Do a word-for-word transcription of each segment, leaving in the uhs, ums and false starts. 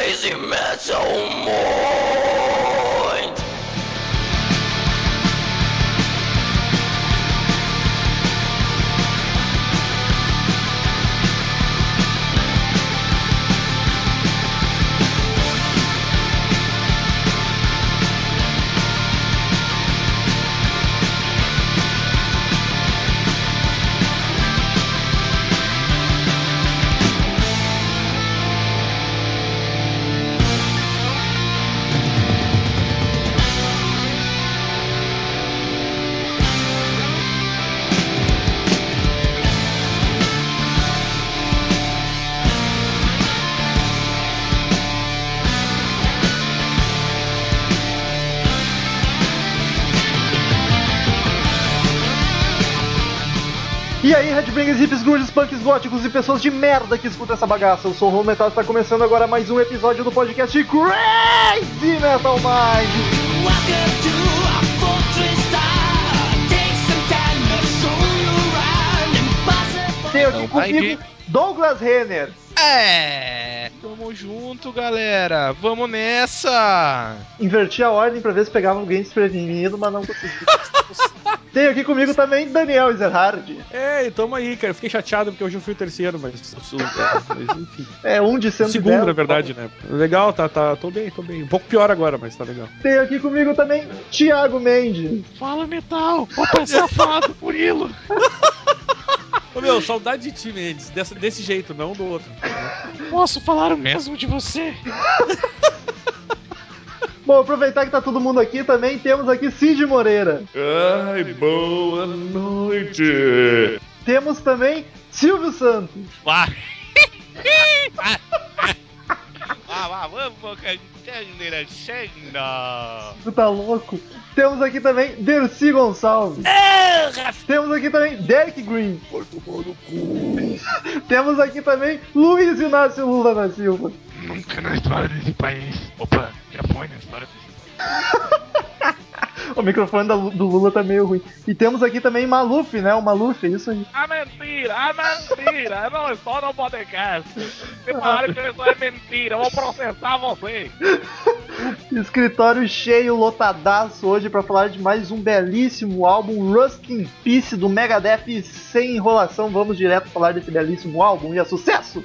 Crazy Metal Mind. E aí, Headbangers, hippies, grunges, punks, góticos e pessoas de merda que escutam essa bagaça. Eu sou o Home Metal e está começando agora mais um episódio do podcast Crazy Metal Mind. Welcome to our fortress star. Take some time to stroll around and bust it. Tenho aqui comigo Douglas Renner. É, tamo junto, galera. Vamos nessa. Inverti a ordem pra ver se pegava alguém desprevenido, mas não consegui. Tenho aqui comigo também Daniel Ezerhard. Ei, tamo aí, cara. Eu fiquei chateado porque hoje eu fui o terceiro, mas, mas enfim. É, um de cento e dez. Segundo, na verdade, né? Legal, tá, tá, tô bem, tô bem. Um pouco pior agora, mas tá legal. Tenho aqui comigo também Thiago Mendes. Fala, Metal. Opa, safado, Murilo. Ô meu, saudade de ti, Mendes. Desse, desse jeito, não do outro. Posso falar o mesmo de você? Bom, aproveitar que tá todo mundo aqui também, temos aqui Cid Moreira. Ai, boa noite. Temos também Silvio Santos. Vá. Vá, vamos, Tu tá louco? Temos aqui também Dercy Gonçalves. Temos aqui também Derek Green. Temos aqui também Luiz Inácio Lula da Silva. Nunca na história desse país. Opa, já foi na história desse O microfone da, do Lula tá meio ruim. E temos aqui também Maluf, né? O Maluf, é isso aí. Ah, mentira, ah, mentira. Não estou no podcast. Se falarem que isso é mentira, eu vou processar você. Escritório cheio, lotadaço hoje pra falar de mais um belíssimo álbum, Rust in Peace, do Megadeth. Sem enrolação, vamos direto falar desse belíssimo álbum e é sucesso!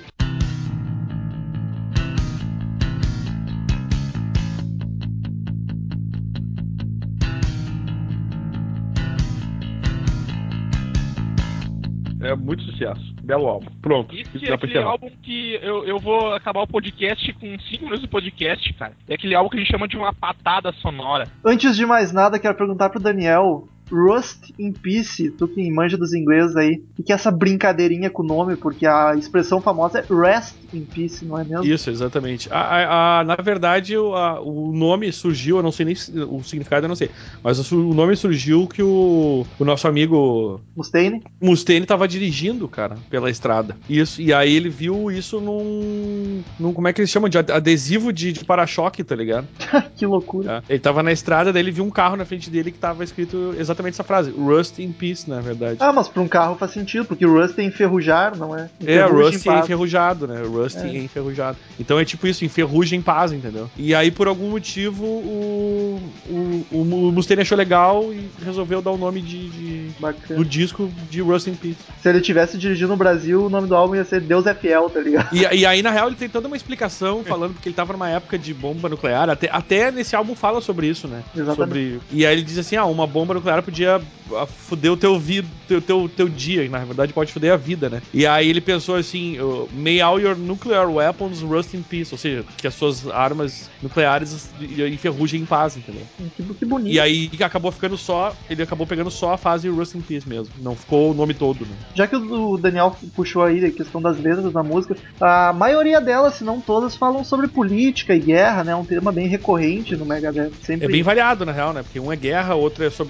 É muito sucesso. Belo álbum. Pronto. Esse Isso é dá pra aquele encerrar. álbum que eu, eu vou acabar o podcast com cinco minutos de podcast, cara. É aquele álbum que a gente chama de uma patada sonora. Antes de mais nada, quero perguntar pro Daniel, Rust in Peace, tu que manja dos ingleses aí, o que é essa brincadeirinha com o nome, porque a expressão famosa é Rest in Peace, não é mesmo? Isso, exatamente. A, a, a, na verdade, o, a, o nome surgiu, eu não sei nem o significado, eu não sei, mas o, o nome surgiu que o, o nosso amigo Mustaine? Mustaine tava dirigindo, cara, pela estrada. Isso, e aí ele viu isso num, num como é que eles chamam? De adesivo de, de para-choque, tá ligado? Que loucura. É. Ele tava na estrada, daí ele viu um carro na frente dele que tava escrito exatamente essa frase, Rust in Peace, na verdade. Ah, mas pra um carro faz sentido, porque Rust é enferrujar, não é? É, Rust é enferrujado, né? Rust é. é enferrujado. Então é tipo isso, enferrugem em paz, entendeu? E aí, por algum motivo, o, o, o, o Mustaine achou legal e resolveu dar o nome de, de do disco de Rust in Peace. Se ele tivesse dirigido no Brasil, o nome do álbum ia ser Deus é Fiel, tá ligado? E, e aí, na real, ele tem toda uma explicação falando porque ele tava numa época de bomba nuclear. Até, até nesse álbum fala sobre isso, né? Exatamente. Sobre, e aí ele diz assim, ah, uma bomba nuclear podia fuder o teu, vi, teu, teu, teu dia, e na verdade pode fuder a vida, né? E aí ele pensou assim, may all your nuclear weapons rust in peace, ou seja, que as suas armas nucleares enferrujem em paz, entendeu? Que, que bonito. E aí acabou ficando só, ele acabou pegando só a fase rust in peace mesmo, não ficou o nome todo, né? Já que o Daniel puxou aí a questão das letras da música, a maioria delas, se não todas, falam sobre política e guerra, né? É um tema bem recorrente no Megadeth. Sempre... É bem variado, na real, né? Porque um é guerra, outro é sobre política,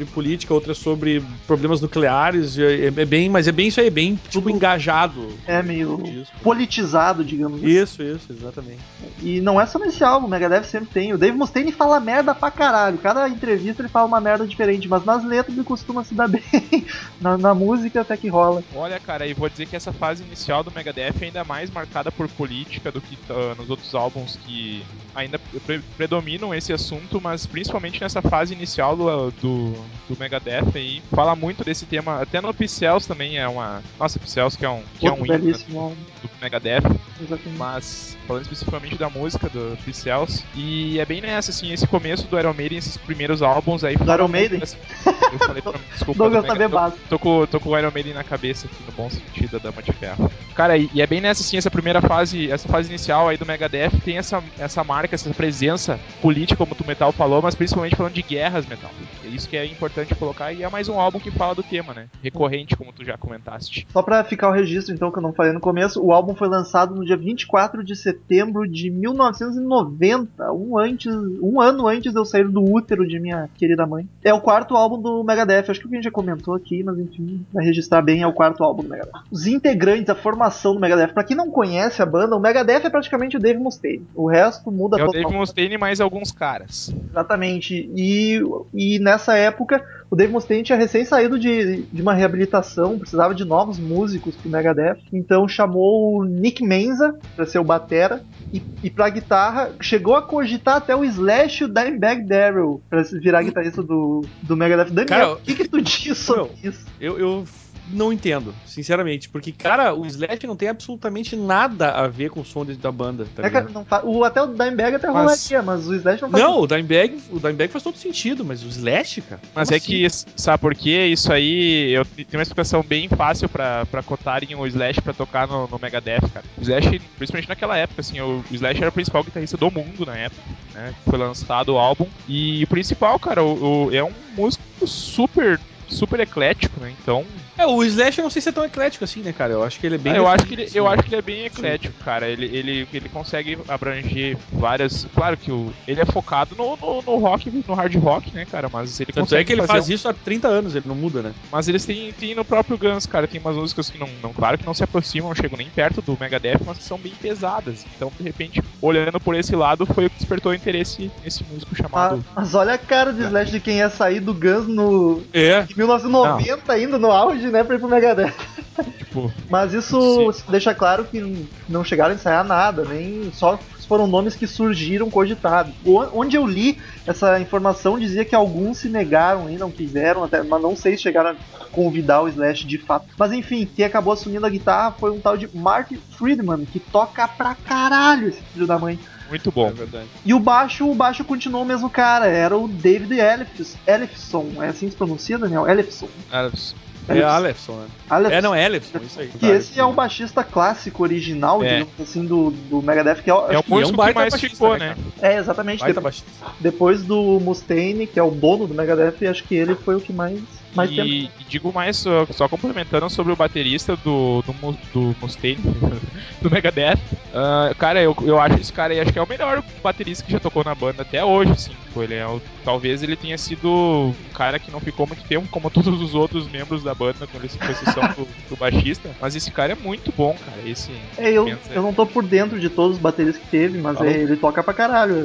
política, outra sobre problemas nucleares. É, é bem, mas é bem isso aí, bem tipo Tudo- engajado. É meio Isso. politizado, digamos assim. Isso, isso, exatamente. E não é só nesse álbum, o Megadeth sempre tem. O Dave Mustaine fala merda pra caralho. Cada entrevista ele fala uma merda diferente, mas nas letras ele costuma se dar bem. na, na música até que rola. Olha, cara, e vou dizer que essa fase inicial do Megadeth é ainda mais marcada por política do que uh, nos outros álbuns que ainda pre predominam esse assunto, mas principalmente nessa fase inicial do, do, do Megadeth aí, fala muito desse tema. Até no Pixels também é uma... Nossa, Pixels que é um, que é Outro um hino belíssimo álbum. do Megadeth. Exatamente. Mas falando especificamente da música do Pixels, e é bem nessa, assim, esse começo do Iron Maiden, esses primeiros álbuns aí. Do Iron Maiden? Assim, eu falei pra, desculpa, Douglas do tá Mega- bebaço. tô, tô, com, tô com o Iron Maiden na cabeça aqui, no bom sentido da Dama de Ferro. Cara, e, e é bem nessa, assim, essa primeira fase, essa fase inicial aí do Megadeth tem essa, essa marca, essa presença política, como o Metal falou, mas principalmente falando de guerras, Metal. É isso que é importante colocar, e é mais um álbum que fala do tema, né? Recorrente, como tu já comentaste. Só pra ficar o registro, então, que eu não falei no começo, o álbum foi lançado no dia vinte e quatro de setembro de mil novecentos e noventa, um, antes, um ano antes de eu sair do útero de minha querida mãe. É o quarto álbum do Megadeth, acho que a gente já comentou aqui, mas enfim, vai registrar bem, é o quarto álbum do Megadeth. Os integrantes, a formação do Megadeth, pra quem não conhece a banda, o Megadeth é praticamente o Dave Mustaine, o resto muda É o totalmente. Dave Mustaine e mais alguns caras. Exatamente. E, e nessa época, o Dave Mustaine tinha recém saído de, de uma reabilitação, precisava de novos músicos pro Megadeth. Então chamou o Nick Menza pra ser o batera. E, e pra guitarra, chegou a cogitar até o Slash e o Dimebag Darrell pra virar guitarrista do, do Megadeth. Daniel, Cara, o que, que tu diz sobre meu, isso? Eu, eu não entendo, sinceramente. Porque, cara, o Slash não tem absolutamente nada a ver com o som de- da banda, tá É, cara, ligado? não fa- o, até o Dimebag até Mas- rolaria, mas o Slash não faz. Não, o Dimebag, o Dimebag faz todo sentido, mas o Slash, cara? Mas como é assim? que, sabe por quê? Isso aí, eu tenho uma explicação bem fácil pra, pra cotarem o Slash pra tocar no, no Megadeth, cara. O Slash, principalmente naquela época, assim, o, o Slash era o principal guitarrista do mundo na época, né? Foi lançado o álbum. E o principal, cara, o, o- é um músico super, super eclético, né? Então, É, o Slash eu não sei se é tão eclético assim, né, cara? Eu acho que ele é bem... Ah, eu, acho que definido, ele, assim, eu né? acho que ele é bem eclético, cara. Ele, ele, ele consegue abranger várias. Claro que o, ele é focado no, no, no rock, no hard rock, né, cara? Mas ele Tanto consegue é que ele fazer faz um- isso há trinta anos, ele não muda, né? Mas eles têm, têm no próprio Guns, cara. Tem umas músicas que não, não. Claro que não se aproximam, não chegam nem perto do Megadeth, mas que são bem pesadas. Então, de repente, olhando por esse lado, foi o que despertou interesse nesse músico Ah, chamado. mas olha a cara do Slash de quem ia sair do Guns no, É. em mil novecentos e noventa, ainda no auge, né, pra ir pro Megadeth. Tipo. Mas isso deixa claro que não chegaram a ensaiar nada, nem só foram nomes que surgiram cogitados. O- Onde eu li essa informação dizia que alguns se negaram e não quiseram, até, mas não sei se chegaram a convidar o Slash de fato. Mas enfim, quem acabou assumindo a guitarra foi um tal de Marty Friedman, que toca pra caralho esse filho da mãe. Muito bom. É verdade. E o baixo, o baixo continuou o mesmo cara, era o David Ellefs- Ellefson, é assim que se pronuncia, Daniel? Ellefson. Ah, É Alephson, né? Alephson. É, não, é Alephson, isso aí. Que esse é o baixista clássico original, É. digamos assim, do, do Megadeth, que é, o- É o acho que- E é um músico que baita mais baixista, ficou, né, né? cara? é exatamente. Baita de- baixista. depois do Mustaine, que é o dono do Megadeth, acho que ele foi o que mais, mais tempo. E, e digo mais, só, só complementando sobre o baterista do, do, Mu- do Mustaine, do Megadeth. Ah, cara, eu, eu acho esse cara aí, acho que é o melhor baterista que já tocou na banda até hoje, assim. Tipo, ele é o- talvez ele tenha sido um cara que não ficou muito tempo, como todos os outros membros da banda, com exceção do, do baixista. Mas esse cara é muito bom, cara. Esse, É, eu, pensa- eu não tô por dentro de todos os bateristas que teve, mas Alô? é, ele toca pra caralho.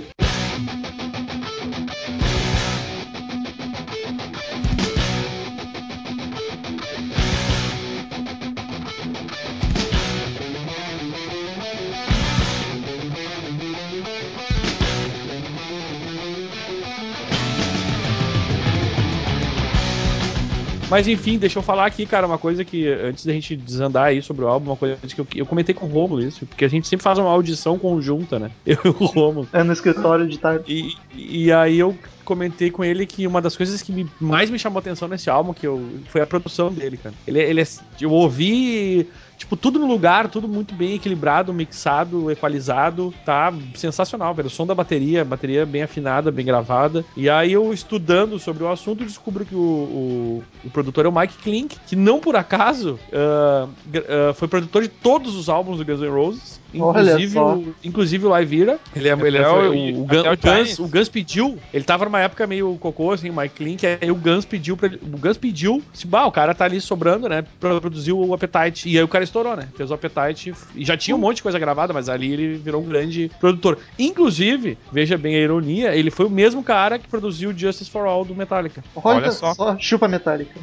Mas enfim, deixa eu falar aqui, cara, uma coisa que antes da gente desandar aí sobre o álbum, uma coisa que eu, eu comentei com o Romulo isso, porque a gente sempre faz uma audição conjunta, né? Eu e o Romulo. É no escritório de tarde. E, e aí eu comentei com ele que uma das coisas que me- mais me chamou atenção nesse álbum que eu, foi a produção dele, cara. Ele, ele é, eu ouvi, tipo, tudo no lugar, tudo muito bem equilibrado, mixado, equalizado, tá sensacional, velho. O som da bateria, bateria bem afinada, bem gravada. E aí eu, estudando sobre o assunto, descubro que o, o, o produtor é o Mike Klink, que não por acaso uh, uh, foi produtor de todos os álbuns do Guns N' Roses. Inclusive Olha só. o, inclusive o Live Era. Ele é, ele é Até foi- o- o, o, até Gun- o o Guns, Giants. o Guns pediu. Ele tava numa época meio cocô, assim, o Mike Klink, aí o Guns pediu pra ele, o Guns pediu, se, bah, o cara tá ali sobrando, né, pra produzir o Appetite, e aí o cara estourou, né, fez o Appetite, e já tinha um monte de coisa gravada, mas ali ele virou um grande produtor. Inclusive, veja bem a ironia, ele foi o mesmo cara que produziu o Justice for All do Metallica. Olha, Olha só. só. chupa Metallica.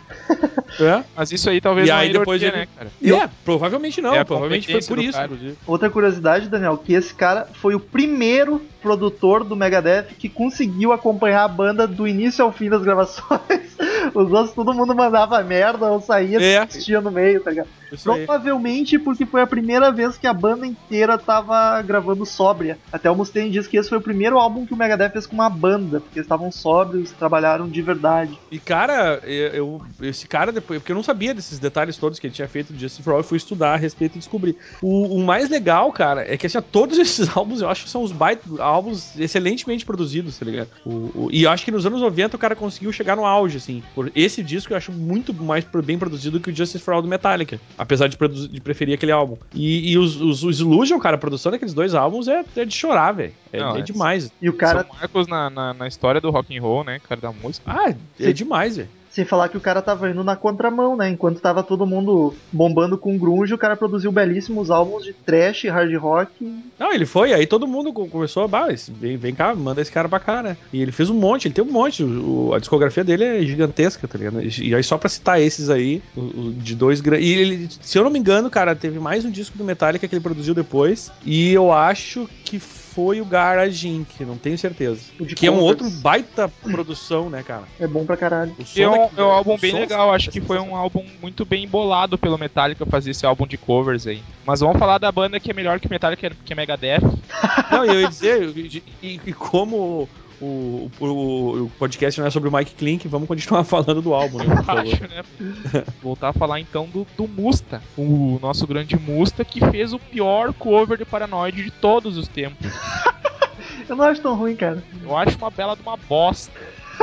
É? Mas isso aí talvez E não aí é ironia, depois ele- né, cara? E é, provavelmente não, É a provavelmente foi competência por do isso, cara. inclusive. Outra curiosidade, Daniel, que esse cara foi o primeiro produtor do Megadeth que conseguiu acompanhar a banda do início ao fim das gravações. Os outros, todo mundo mandava merda ou saía É. e assistia no meio, tá ligado? Isso aí. Provavelmente porque foi a primeira vez que a banda inteira tava gravando sóbria. Até o Mustaine diz que esse foi o primeiro álbum que o Megadeth fez com uma banda, porque eles estavam sóbrios, trabalharam de verdade. E cara, eu, eu- esse cara depois, porque eu não sabia desses detalhes todos que ele tinha feito de Justice for All, eu fui estudar a respeito e descobri. O, o mais legal, cara, é que assim, todos esses álbuns eu acho que são os baita, álbuns excelentemente produzidos, tá ligado? O, o, e eu acho que nos anos noventa o cara conseguiu chegar no auge, assim. Por esse disco eu acho muito mais bem produzido que o Justice for All do Metallica, apesar de, produ- de preferir aquele álbum. E, e os, os, os Illusion, cara, a produção daqueles dois álbuns é, é de chorar, velho. É, Não, é é- demais. E o cara, São marcos na, na, na história do rock and roll, né, cara, da música. Ah, é demais, velho. sem falar que o cara tava indo na contramão, né? Enquanto tava todo mundo bombando com grunge, o cara produziu belíssimos álbuns de thrash, hard rock. Não, ele foi, aí todo mundo co- começou a, bah, esse- vem, vem cá, manda esse cara pra cá, né? E ele fez um monte, ele tem um monte, o- o- a discografia dele é gigantesca, tá ligado? E aí só pra citar esses aí, o- o de dois grandes. E ele, se eu não me engano, cara, teve mais um disco do Metallica que ele produziu depois, e eu acho que foi o Garage Incorporated, não tenho certeza. O de Que é um covers. outro baita produção, né, cara? É bom pra caralho. O som E é um, daqui- é um álbum o bem som legal, acho é que foi um sensacional. álbum muito bem bolado pelo Metallica fazer esse álbum de covers aí. Mas vamos falar da banda que é melhor que Metallica, que é Megadeth. Não, eu ia dizer, e, e- e como o, o, o podcast não é sobre o Mike Klink, vamos continuar falando do álbum, né, por favor. Acho, né? Voltar a falar então do, do Musta, o nosso grande Musta, que fez o pior cover de Paranoid de todos os tempos. Eu não acho tão ruim, cara. Eu acho uma bela de uma bosta.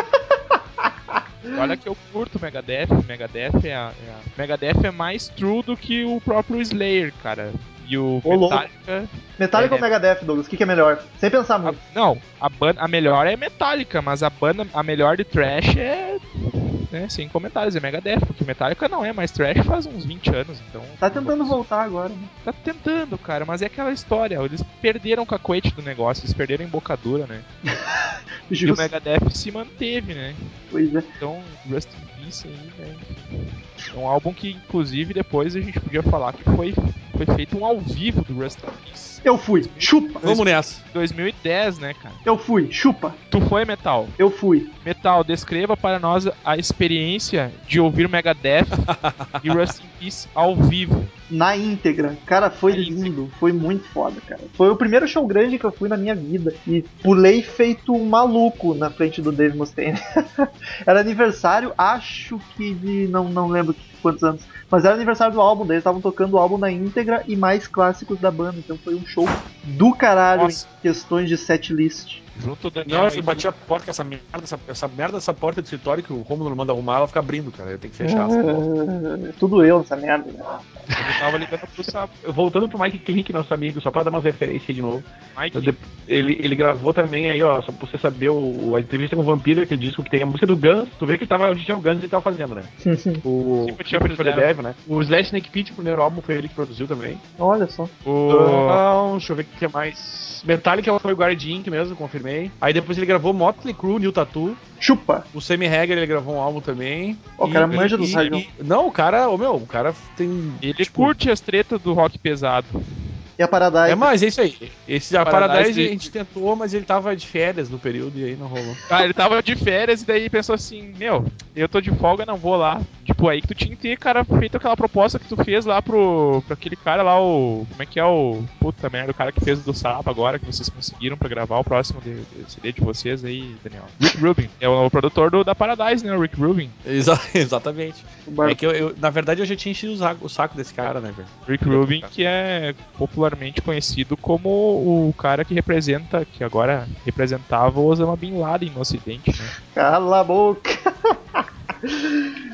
Olha que eu curto Megadeth, Megadeth é, a, é a- Megadeth é mais true do que o próprio Slayer, cara. E o Ô, louco. Metallica... Metallica É. ou Megadeth, Douglas? O que, que é melhor? Sem pensar a- muito. não, a, banda, a melhor é Metallica, mas a banda, a melhor de thrash é... Né, sem comentários, é Megadeth, porque Metallica não é mais thrash faz uns vinte anos, então... Tá tentando voltar agora, né? Tá tentando, cara, mas é aquela história, eles perderam o cacoete do negócio, eles perderam a embocadura, né? E o Justo. Megadeth se manteve, né? Pois é. Então, Rust in Peace aí, né? Enfim. É um álbum que, inclusive, depois a gente podia falar que foi, foi feito um ao vivo do Rust in Peace. Eu fui. Chupa. Vamos nessa. dois mil e dez, né, cara? Eu fui. Chupa. Tu foi, Metal? Eu fui. Metal, descreva para nós a experiência de ouvir Megadeth e Rust in Peace ao vivo. Na íntegra. Cara, foi Na lindo. Foi muito foda, cara. Foi o primeiro show grande que eu fui na minha vida. E pulei feito um maluco na frente do Dave Mustaine. Era aniversário, acho que de... Não, não lembro quantos anos. Mas era aniversário do álbum. Eles estavam tocando o álbum na íntegra e mais clássicos da banda. Então foi um show do caralho Nossa. em questões de setlist. Junto do Daniel. Nossa, aí, eu bati a porta com essa merda, essa, essa merda dessa porta do escritório que o Romulo não manda arrumar, ela fica abrindo, cara. Eu tenho que fechar essa porta. É, tudo eu nessa merda, né? eu tava ligando pro Sab... Voltando pro Mike Klink, nosso amigo, só pra dar umas referências aí de novo. Mike. Eu de- Ele, ele gravou também aí, ó, só pra você saber, o, a entrevista com o Vampiro, aquele disco que tem a música do Guns. Tu vê que ele tava, onde tinha o Guns ele tava fazendo, né? O Sympathy Sympathy for the Devil. Devil, né? O Slash Snake Pit, o primeiro álbum, foi ele que produziu também. Olha só. O... Então, deixa eu ver o que é mais. Metallica foi o Guard Inc mesmo, confirmei. Aí depois ele gravou Motley Crue, New Tattoo. Chupa. O Sammy Hagar, ele gravou um álbum também. Ó, o cara manja dos hard rock. Não, o cara, ô meu, o cara tem... Ele tipo, curte as tretas do rock pesado. E a Paradise. É, mas é isso aí. Esse, a Paradise Paradise de- a gente tentou, mas ele tava de férias no período e aí não rolou. Ah, ele tava de férias e daí pensou assim, meu, eu tô de folga, não vou lá. Tipo, aí que tu tinha que ter, cara, feito aquela proposta que tu fez lá pro, pro aquele cara lá, o... Como é que é o... Puta merda, o cara que fez o do Sapa agora, que vocês conseguiram pra gravar o próximo de, de C D de vocês aí, Daniel. Rick Rubin. É o, o produtor do, da Paradise, né, o Rick Rubin. Exa- exatamente. O bar- É que eu, eu- na verdade, eu já tinha enchido o saco, o saco desse cara, né, velho? Rick Rubin, que é popularmente conhecido como o cara que representa, que agora representava o Osama Bin Laden no Ocidente, né? Cala a boca.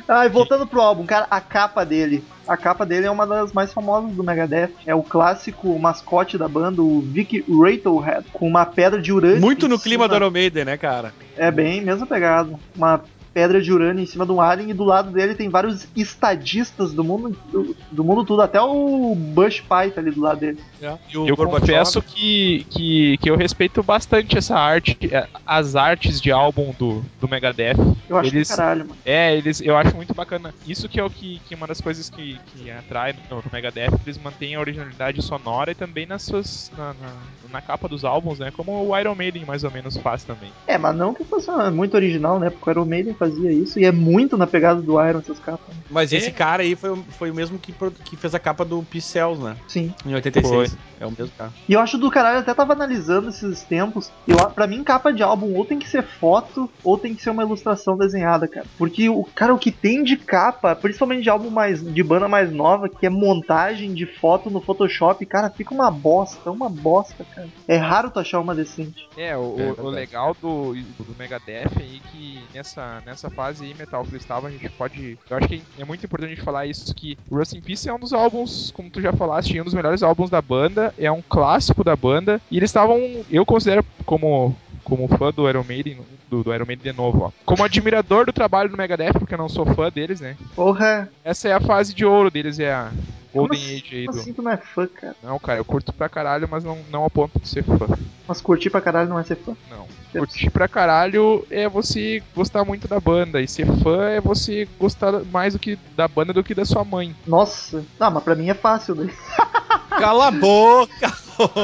Ah, e voltando pro álbum, cara, a capa dele. A capa dele é uma das mais famosas do Megadeth. É o clássico mascote da banda, o Vic Rattlehead, com uma pedra de urânio. Muito em no clima cima. do Iron Maiden, né, cara? É bem mesmo pegado. Uma pedra de urânio em cima de um alien e do lado dele tem vários estadistas do mundo do, do mundo todo, até o Bush Pai tá ali do lado dele. É. E o Eu Gorbachev- confesso que, que, que eu respeito bastante essa arte, é, as artes de álbum do, do Megadeth. Eu acho eles, do caralho, mano. É, eles, eu acho muito bacana. Isso que é o que, que uma das coisas que, que atrai no, no Megadeth, eles mantêm a originalidade sonora e também nas suas, na, na, na capa dos álbuns, né? Como o Iron Maiden mais ou menos faz também. É, mas não que fosse muito original, né? Porque o Iron Maiden fazia isso e é muito na pegada do Iron essas capas. Mas É. esse cara aí foi, o- foi o mesmo que, pro- que fez a capa do Peace Cells, né? Sim. Em oitenta e seis. Foi. É o mesmo cara. E eu acho do caralho, eu até tava analisando esses tempos. Eu, pra mim, capa de álbum ou tem que ser foto ou tem que ser uma ilustração desenhada, cara. Porque o cara, o que tem de capa, principalmente de álbum mais de banda mais nova, que é montagem de foto no Photoshop, cara, fica uma bosta, uma bosta, cara. É raro tu achar uma decente. É, o, É o- o verdade. legal do, do Megadeth aí que nessa, nessa fase aí metal que eles estavam, a gente pode. Eu acho que é muito importante a gente falar isso, que Rust in Peace é um dos álbuns, como tu já falaste, é um dos melhores álbuns da banda, é um clássico da banda, e eles estavam, eu considero como. Como fã do Iron Maiden, do, do Iron Maiden de novo, ó. Como admirador do trabalho do Megadeth, porque eu não sou fã deles, né? Porra, Essa é a fase de ouro deles, é a Golden como Age aí como do. assim tu não é fã, cara? Não, cara, eu curto pra caralho, mas não, não a ponto de ser fã. Mas curtir pra caralho não é ser fã. Não. Curtir pra caralho é você gostar muito da banda. E ser fã é você gostar mais do que da banda do que da sua mãe. Nossa, não, mas pra mim é fácil, né? Cala a boca!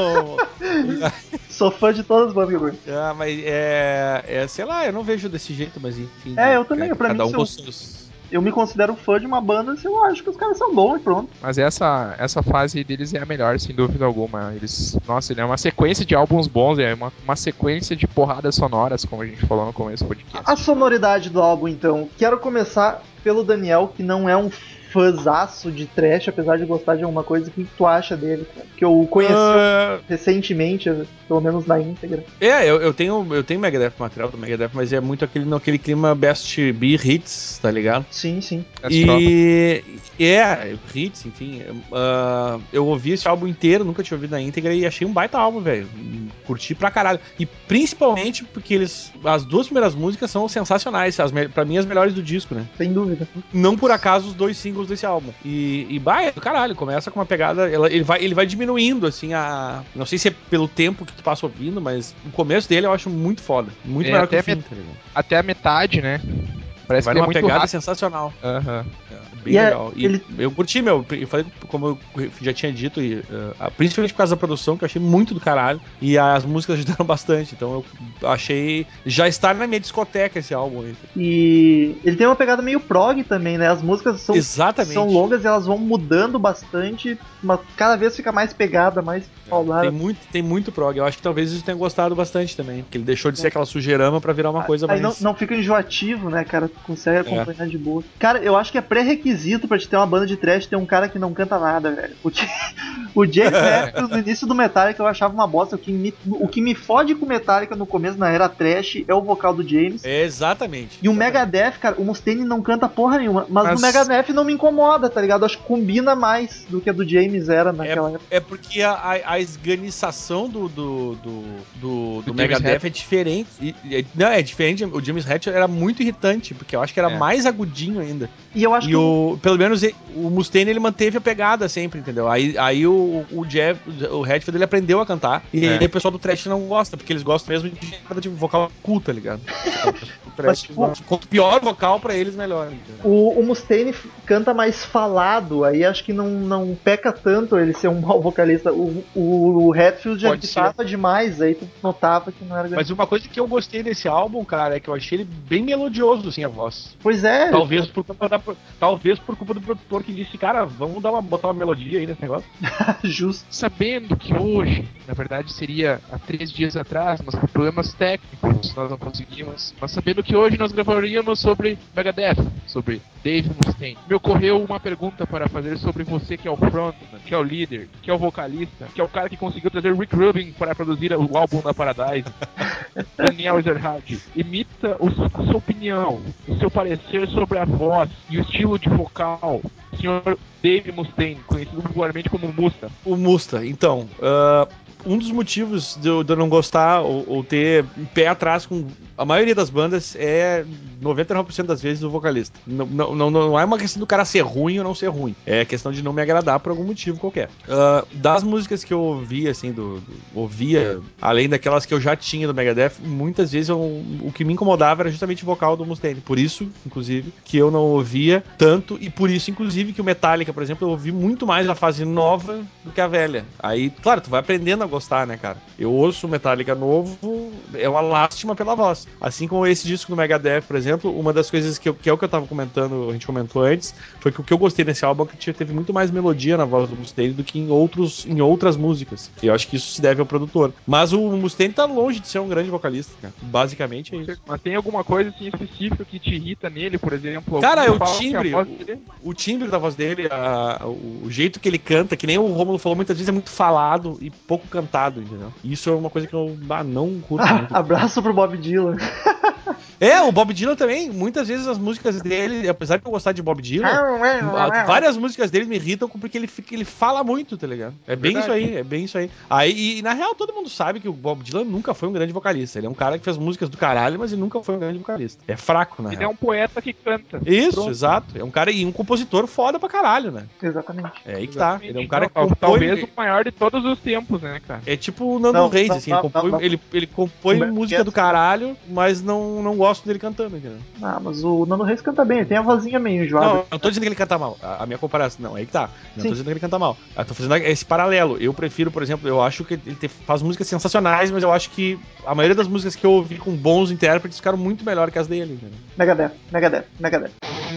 Sou fã de todas as bandas que eu gosto. Ah, mas é, é. Sei lá, eu não vejo desse jeito, mas enfim. É, eu também, pra cada mim, um se com eu- seus. Eu me considero fã de uma banda se eu acho que os caras são bons e pronto. Mas essa, essa fase deles é a melhor, sem dúvida alguma. Eles. Nossa, ele é uma sequência de álbuns bons, é uma, uma sequência de porradas sonoras, como a gente falou no começo do podcast. A sonoridade do álbum, então. Quero começar pelo Daniel, que não é um fãzaço de trash, apesar de gostar de alguma coisa. O que tu acha dele, cara? Que eu conheci Ah, recentemente, pelo menos na íntegra. é, eu, eu tenho eu tenho Megadeth, material do Megadeth, mas é muito aquele, naquele clima Best Beer Hits, tá ligado? Sim, sim. E é, hits, enfim. Uh, eu ouvi esse álbum inteiro, nunca tinha ouvido na íntegra e achei um baita álbum, velho. Curti pra caralho. E principalmente porque eles. As duas primeiras músicas são sensacionais. As, me- pra mim, as melhores do disco, né? Sem dúvida. Não por acaso os dois singles desse álbum. E, e bah, é do caralho. Começa com uma pegada. Ela, ele, vai, ele vai diminuindo, assim, a. Não sei se é pelo tempo que tu passa ouvindo, mas o começo dele eu acho muito foda. Muito É, melhor que até o fim, met- tá ligado? Até a metade, né? Parece Vai que é numa muito pegada rápido. sensacional. Aham. Bem E é- legal. E ele- eu curti, meu. Eu falei, como eu já tinha dito, e, uh, principalmente por causa da produção, que eu achei muito do caralho. E as músicas ajudaram bastante. Então eu achei. Já estar na minha discoteca esse álbum aí. E ele tem uma pegada meio prog também, né? As músicas são, Exatamente. são longas e elas vão mudando bastante, mas cada vez fica mais pegada, mais paulada. Tem muito, tem muito prog. Eu acho que talvez isso tenha gostado bastante também. Porque ele deixou de ser aquela sujeirama pra virar uma coisa Aí mais. não, não fica enjoativo, né, cara? Tu consegue acompanhar de boa. Cara, eu acho que é pré-requisito pra te ter uma banda de trash ter um cara que não canta nada, velho. Porque o James Hetfield no início do Metallica eu achava uma bosta. O que, me, o que me fode com o Metallica no começo, na era trash, é o vocal do James. É, exatamente. E o Exatamente. Megadeth, cara, o Mustaine não canta porra nenhuma. Mas, Mas- o Megadeth não me incomoda, tá ligado? Acho que combina mais do que a do James era naquela época. É porque a, a, a esganiçação do, do, do, do, do Do Megadeth James é diferente. E- e- não, é diferente. O James Hetfield era muito irritante, porque eu acho que era É. mais agudinho ainda. E eu acho E que o, pelo menos e- o Mustaine ele manteve a pegada sempre, entendeu? Aí, aí o, o Jeff, o Hetfield ele aprendeu a cantar. E É. aí o pessoal do trash não gosta, porque eles gostam mesmo de, de vocal cool, tá ligado? O trash, Mas, tipo, quanto pior vocal pra eles, melhor. Entendeu? O, o Mustaine f- canta mais falado, aí acho que não, não peca tanto ele ser um mau vocalista. O, o, o Hetfield já Pode gritava demais, aí tu notava que não era grande. Mas uma coisa que eu gostei desse álbum, cara, é que eu achei ele bem melodioso, assim, a voz. Pois é, Talvez por culpa da, talvez por culpa do produtor que disse, cara, vamos dar uma, botar uma melodia aí nesse negócio. justo. Sabendo que hoje, na verdade seria há três dias atrás, mas por problemas técnicos nós não conseguimos, mas sabendo que hoje nós gravaríamos sobre Megadeth, sobre Dave Mustaine. Me ocorreu uma pergunta para fazer sobre você que é o frontman, que é o líder, que é o vocalista, que é o cara que conseguiu trazer Rick Rubin para produzir o álbum da Paradise. Daniel Ezerhard, emita o, a sua opinião, o seu parecer sobre a voz e o estilo de vocal, senhor Dave Mustaine, conhecido popularmente como Musta. O Musta, então, uh, um dos motivos de eu, de eu não gostar ou, ou ter um pé atrás com a maioria das bandas é noventa e nove por cento das vezes o vocalista. Não, não, não, não é uma questão do cara ser ruim ou não ser ruim, é questão de não me agradar por algum motivo qualquer. Uh, das músicas que eu ouvia, assim, do, do, ouvia, além daquelas que eu já tinha do Megadeth, muitas vezes eu, o que me incomodava era justamente o vocal do Mustaine. Por isso, inclusive, que eu não ouvia tanto e por isso, inclusive, que o Metallica, por exemplo, eu ouvi muito mais a fase nova do que a velha. Aí, claro, tu vai aprendendo a gostar, né, cara? Eu ouço o Metallica novo, é uma lástima pela voz. Assim como esse disco do Megadeth, por exemplo, uma das coisas que, eu, que é o que eu tava comentando, a gente comentou antes, foi que o que eu gostei nesse álbum é que teve muito mais melodia na voz do Mustaine do que em, outros, em outras músicas. E eu acho que isso se deve ao produtor. Mas o Mustaine tá longe de ser um grande vocalista, cara. Basicamente é isso. Mas tem alguma coisa assim específica que te irrita nele, por exemplo? Cara, é o Fala que a timbre, voz o, dele- o timbre da voz dele, a- o, o jeito que ele canta, que nem o Rômulo falou, muitas vezes é muito falado e pouco cantado, entendeu? Isso é uma coisa que eu ah, não curto muito. Abraço pro Bob Dylan. É, o Bob Dylan também, muitas vezes as músicas dele, apesar de eu gostar de Bob Dylan, a- várias músicas dele me irritam porque ele, fica- ele fala muito, tá ligado? É bem Verdade. isso aí, é bem isso aí. Aí, e na real, todo mundo sabe que o Bob Dylan nunca foi um grande vocalista. Ele é um cara que fez músicas do caralho, mas ele nunca foi um grande vocalista. É fraco, na Ele é real. um poeta que canta. Isso, Pronto. exato. É um cara e um compositor foda pra caralho, né? Exatamente. É aí que tá. Exatamente. Ele é um cara que Então, compõe... talvez o maior de todos os tempos, né, cara? É tipo o Nando Não, Reis, não, assim, não, ele compõe, não, não. Ele, ele compõe Humberto música Guedes. do caralho, mas não, não gosto dele cantando, entendeu? Ah, mas o Nando Reis canta bem, ele tem a vozinha meio enjoada. Não, não tô dizendo que ele canta mal. A, a minha comparação, não, é aí que tá. Não Sim. tô dizendo que ele canta mal. Eu tô fazendo esse paralelo. Eu prefiro, por exemplo, eu acho que ele te- faz músicas sensacionais, mas eu acho que a maioria das músicas que eu ouvi com bons intérpretes ficaram muito melhor que as dele, entendeu? Megadeth, Megadeth, Megadeth.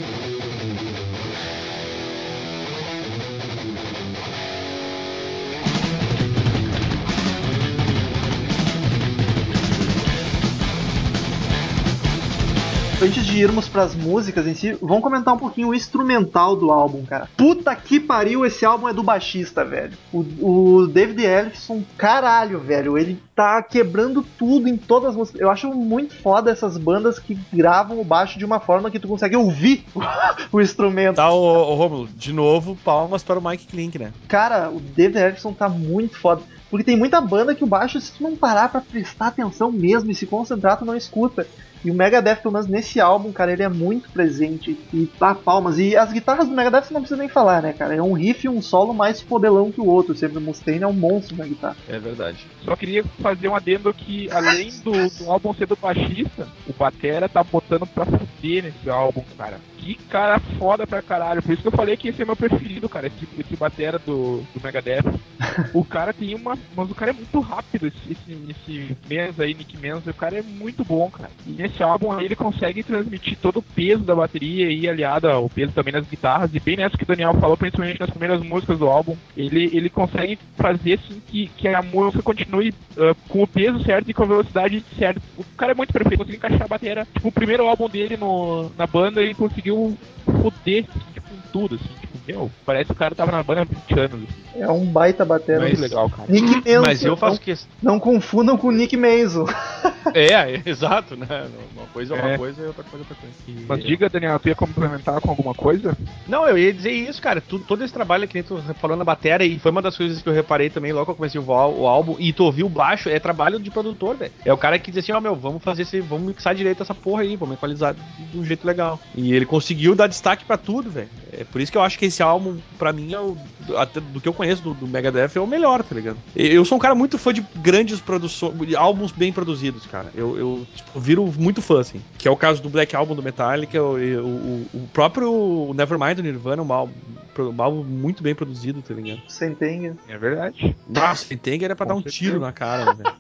Antes de irmos pras músicas em si, vamos comentar um pouquinho o instrumental do álbum, cara. Puta que pariu, esse álbum é do baixista, velho. O, o David Ellefson, caralho, velho. Ele tá quebrando tudo em todas as músicas. Eu acho muito foda essas bandas que gravam o baixo de uma forma que tu consegue ouvir o instrumento. Tá, ô, ô Rômulo, de novo, palmas para o Mike Klink, né? Cara, o David Ellefson tá muito foda. Porque tem muita banda que o baixo, se tu não parar pra prestar atenção mesmo e se concentrar, tu não escuta. E o Megadeth, pelo menos nesse álbum, cara, ele é muito presente. E dá palmas. E as guitarras do Megadeth você não precisa nem falar, né, cara? É um riff e um solo mais fodelão que o outro. Sempre o Mustaine é um monstro na guitarra. É verdade. Só queria fazer um adendo que, além do, do álbum ser do baixista, o Batera tá botando pra fuder nesse álbum, cara. Que cara foda pra caralho. Por isso que eu falei que esse é meu preferido, cara. Esse, esse Batera do, do Megadeth. O cara tem uma... Mas o cara é muito rápido, esse, esse, esse Menza aí, Nick Menza. O cara é muito bom, cara. E nesse álbum aí ele consegue transmitir todo o peso da bateria e aliado ao peso também nas guitarras. E bem nessa que o Daniel falou, principalmente nas primeiras músicas do álbum, ele, ele consegue fazer assim que, que a música continue uh, com o peso certo e com a velocidade certa. O cara é muito perfeito, conseguiu encaixar a bateria. Tipo, o primeiro álbum dele no, na banda, ele conseguiu foder assim, tipo, com tudo, assim, tipo, meu, parece que o cara tava na banda há vinte anos. Assim. É um baita batera. Muito legal, cara. Nick Menzo. Mas eu faço não, questão. não confundam com o Nick Menzo. É, é, exato, né? Uma coisa é uma É. coisa e outra coisa é outra coisa. E- Mas diga, Daniel, tu ia complementar com alguma coisa? Não, eu ia dizer isso, cara. Tudo, todo esse trabalho que nem tu falou na bateria, e foi uma das coisas que eu reparei também logo que eu comecei o, val- o álbum, e tu ouviu o baixo, é trabalho de produtor, velho. É o cara que diz assim, ó, meu, vamos fazer esse, vamos mixar direito essa porra aí, vamos equalizar de, de um jeito legal. E ele conseguiu dar destaque pra tudo, velho. É por isso que eu acho que esse álbum, pra mim, é o, até do que eu conheço do, do Megadeth, é o melhor, tá ligado? Eu sou um cara muito fã de grandes produções, de álbuns bem produzidos, cara. Eu, eu tipo, viro muito fã, assim. Que é o caso do Black Album do Metallica, o, o, o próprio Nevermind do Nirvana, um álbum, um álbum muito bem produzido, tá ligado? Sentenga. É verdade. Nossa, Sentenger era pra Com dar um certeza. tiro na cara, velho.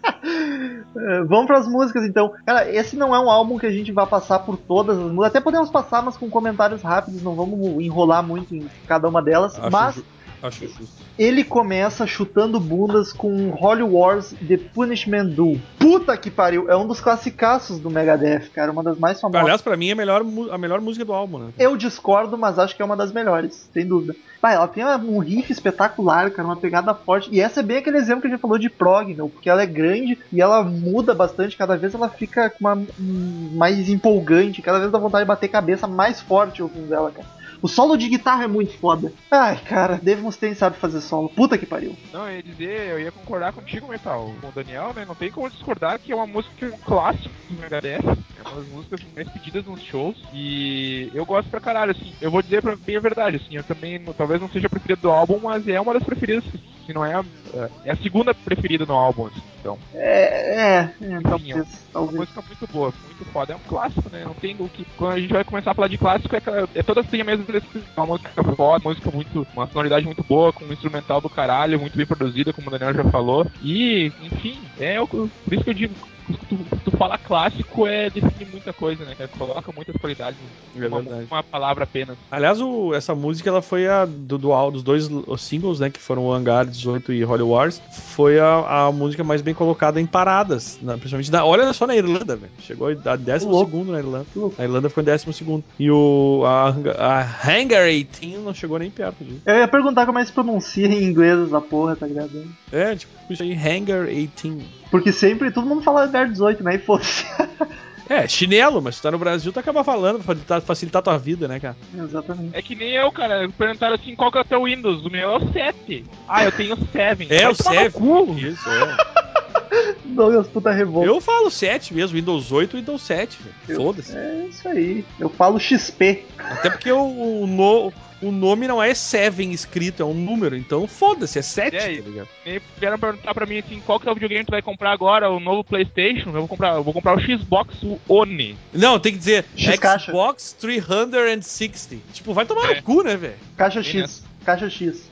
É, vamos pras músicas então. Cara, esse não é um álbum que a gente vai passar por todas as músicas. Até podemos passar, mas com comentários rápidos, não vamos enrolar muito em cada uma delas. Acho mas ju- Acho justo. Ele começa chutando bundas com Holy Wars The Punishment Duel. Puta que pariu, é um dos classicaços do Megadeth, cara, uma das mais famosas. Aliás, pra mim é a melhor, mu- a melhor música do álbum, né? Eu discordo, mas acho que é uma das melhores, sem dúvida. Vai, ela tem um riff espetacular, cara, uma pegada forte. E essa é bem aquele exemplo que a gente falou de prog, meu, porque ela é grande e ela muda bastante. Cada vez ela fica com uma, um, mais empolgante, cada vez dá vontade de bater cabeça mais forte ouvindo dela, cara. O solo de guitarra é muito foda. Ai, cara, Dave Mustaine sabe fazer solo. Puta que pariu. Não, eu ia dizer, eu ia concordar contigo, Metal, com o Daniel, né? Não tem como discordar que é uma música clássica do Megadeth. É uma das músicas mais pedidas nos shows. E eu gosto pra caralho, assim. Eu vou dizer pra bem a verdade, assim. Eu também, não- talvez não seja a preferida do álbum, mas é uma das preferidas, se não é a, é a segunda preferida no álbum, assim. Então, É, é, é enfim, talvez, é uma talvez. música muito boa, muito foda. É um clássico, né? Não tem o que. Quando a gente vai começar a falar de clássico, é, aquela- é todas têm a mesma descrição. Uma música foda, uma música muito. Uma sonoridade muito boa, com um instrumental do caralho, muito bem produzida, como o Daniel já falou. E, enfim, é o- por isso que eu digo. Tu, tu fala clássico é definir muita coisa, né? Cara? Coloca muitas qualidades É uma, verdade. uma palavra apenas. Aliás, o- essa música ela foi a do, do al- dos dois os singles, né, que foram o Hangar dezoito e Holy Wars, foi a, a música mais bem colocada em paradas, né, principalmente na, olha só na Irlanda, velho. Chegou a décimo segundo na Irlanda. A Irlanda ficou em décimo segundo. E o a, a Hangar dezoito não chegou nem perto disso. Eu ia perguntar como é que se pronuncia em inglês essa porra, tá ligado? É, tipo, isso aí, Hangar dezoito. Porque sempre todo mundo fala Hangar dezoito, né? E fosse. É, chinelo, mas se tá no Brasil, tu acaba falando pra facilitar, facilitar a tua vida, né, cara? Exatamente. É que nem eu, cara. Perguntaram assim, qual que é o teu Windows? O meu é o sete. Ah, eu tenho o sete. É, Vai o tomar no sete. cu. Isso, é. Douglas, puta revolta. Eu falo sete mesmo, Windows oito e Windows sete, velho. Eu- Foda-se. É isso aí. Eu falo X P. Até porque o, o, no- o nome não é Seven escrito, é um número, então foda-se, é sete, É, tá ligado? E vieram perguntar pra mim assim, qual que é o videogame que tu vai comprar agora, o novo PlayStation? Eu vou comprar, eu vou comprar o Xbox One. Não, tem que dizer X caixa. Xbox trezentos e sessenta. Tipo, vai tomar É. no cu, né, velho? Caixa Bem X. Caixa X.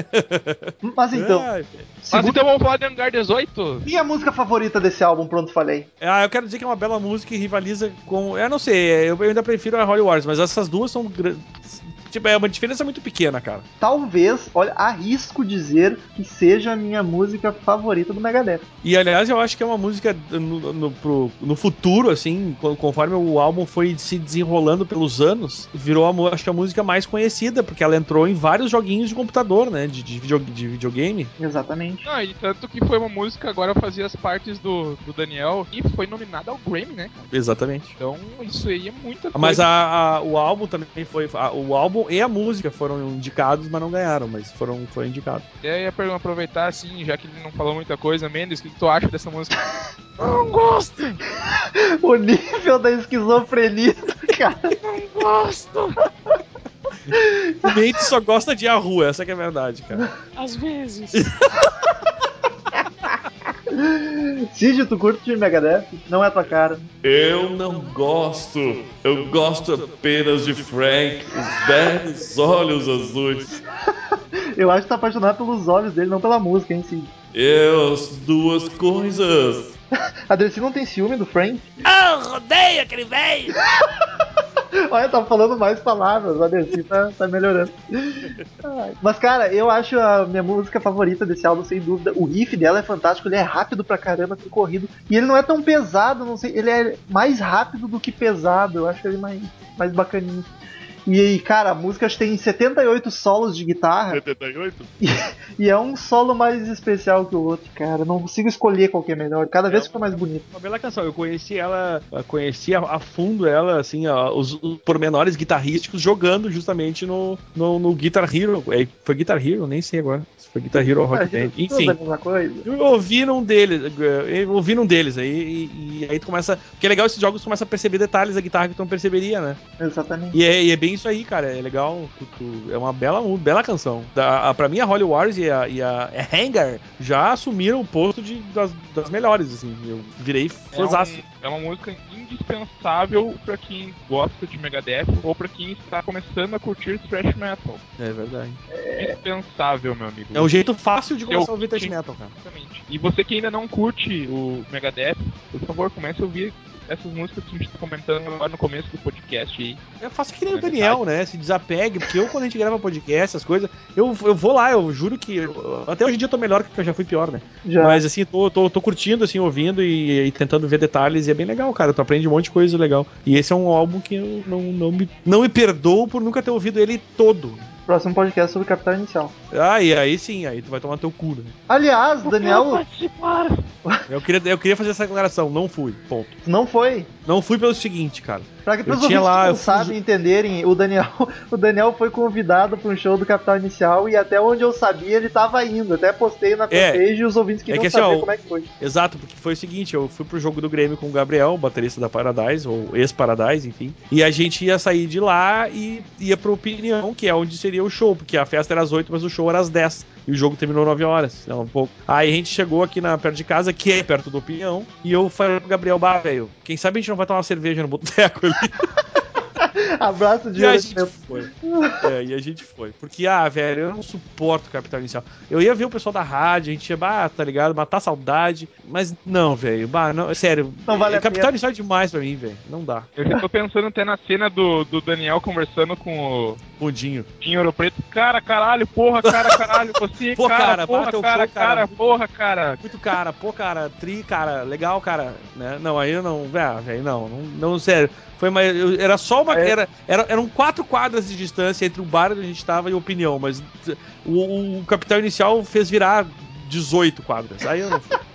Mas então, Ai, velho. Mas segundo- então vamos falar de Hangar dezoito? minha música favorita desse álbum, pronto, falei. Ah, eu quero dizer que é uma bela música e rivaliza com. Eu não sei, eu, eu ainda prefiro a Holy Wars, mas essas duas são. gra- Tipo, é uma diferença muito pequena, cara. Talvez, olha, arrisco dizer que seja a minha música favorita do Megadeth. E aliás, eu acho que é uma música no, no, pro- no futuro, assim, co- conforme o álbum foi se desenrolando pelos anos, virou a, mu- acho que a música mais conhecida, porque ela entrou em vários joguinhos de computador, né? De, de, video- de videogame. Exatamente. Ah, e tanto que foi uma música, agora fazia as partes do, do Daniel e foi nominada ao Grammy, né? Exatamente. Então isso aí é muita coisa. Mas a, a- o álbum também foi. a- o álbum e a música foram indicados, mas não ganharam, mas foram, foi indicado. Eu ia per- aproveitar assim, já que ele não falou muita coisa, Mendes, o que tu acha dessa música? Eu não gosto! O nível da esquizofrenia do cara. Não gosto! O Mendes só gosta de Yahoo, essa que é a verdade, cara. Às vezes. Cid, tu curte de Megadeth? Não é tua cara. Eu não gosto. Eu gosto apenas de Frank, os belos olhos azuis. Eu acho que tá apaixonado pelos olhos dele, não pela música, hein, Cid. Eu, as duas coisas. A Dercy não tem ciúme do Frank? Ah, rodeia aquele velho! Olha, tá falando mais palavras, a Dercy tá, tá melhorando. Ai. Mas, cara, eu acho a minha música favorita desse álbum, sem dúvida. O riff dela é fantástico, ele é rápido pra caramba, tem corrido. E ele não é tão pesado, não sei, ele é mais rápido do que pesado. Eu acho ele mais, mais bacaninho. E, cara, a música acho que tem setenta e oito solos de guitarra. setenta e oito? E, e é um solo mais especial que o outro, cara. Não consigo escolher qual que é melhor. Cada vez fica mais bonito. Uma bela canção. Eu conheci ela, eu conheci a, a fundo ela, assim, ó, os, os pormenores guitarrísticos jogando justamente no, no, no Guitar Hero. É, foi Guitar Hero? Nem sei agora. Se foi Guitar Hero ou Rock Band. Tudo a Enfim. mesma coisa. Eu ouvi num deles, eu ouvi num deles aí, e, e aí tu começa. Porque é legal esses jogos, tu começa a perceber detalhes da guitarra que tu não perceberia, né? Exatamente. E é, e é bem isso aí, cara. É legal. Tu, tu- é uma bela, uma bela canção. Da, a, pra mim, a Holy Wars e a, e a Hangar já assumiram o posto de, das, das melhores, assim. Eu virei É, fãzaço. um- é uma música indispensável pra quem gosta de Megadeth ou pra quem está começando a curtir thrash metal. É verdade. Indispensável, meu amigo. É um jeito fácil de começar Eu- a ouvir thrash metal, cara. Exatamente. E você que ainda não curte o Megadeth, por favor, comece a ouvir essas músicas que a gente tá comentando agora no começo do podcast aí. Eu faço que nem o Daniel, né? Se desapegue, porque eu, quando a gente grava podcast, essas coisas, eu, eu vou lá, eu juro que. Eu, até hoje em dia eu tô melhor, porque eu já fui pior, né? Já. Mas assim, tô, tô, tô curtindo, assim, ouvindo e, e tentando ver detalhes, e é bem legal, cara. Tu aprende um monte de coisa legal. E esse é um álbum que eu não, não, me, não me perdoo por nunca ter ouvido ele todo. Próximo podcast sobre Capital Inicial. Ah, e aí sim, aí tu vai tomar teu cu, né? Aliás, Daniel, Eu queria, eu queria fazer essa declaração, não fui, ponto. não foi. Não fui pelo seguinte, cara. Pra que Eu os tinha ouvintes lá, que eu não fui- sabem entenderem, o Daniel, o Daniel foi convidado para um show do Capital Inicial e até onde eu sabia ele tava indo. Até postei na É, fanpage e os ouvintes queriam que assim, saber ó, como é que foi. Exato, porque foi o seguinte, eu fui pro jogo do Grêmio com o Gabriel, o baterista da Paradise, ou ex-Paradise, enfim. E a gente ia sair de lá e ia pro Opinião, que é onde seria o show, porque a festa era às oito, mas o show era às dez. E o jogo terminou nove horas, né, um pouco. Aí a gente chegou aqui na, perto de casa, que é perto do Opinião, e eu falei pro Gabriel, bah, velho, quem sabe a gente não vai tomar uma cerveja no boteco ali. Abraço de E a gente agradecimento. foi. É, e a gente foi. Porque, ah, velho, eu não suporto Capital Inicial. Eu ia ver o pessoal da rádio, a gente ia, bah, tá ligado? Matar saudade. Mas não, velho. Bah, não, sério. Não vale a Capital pena. Inicial é demais pra mim, velho. Não dá. Eu já tô pensando até na cena do, do Daniel conversando com o Bundinho. Tinho Ouro Preto. Cara, caralho, porra, cara, caralho, você, Pô, cara, cara, porra, bata o cara, show, cara. cara, porra, cara. Muito cara, pô, cara, tri, cara, legal, cara, né? Não, aí eu não, ah, velho, não, não, não, sério. Foi mais, eu- era só uma, É. era, era, eram quatro quadras de distância entre o bar onde a gente tava e a Opinião, mas o, o Capital Inicial fez virar dezoito quadras. Aí eu não fui.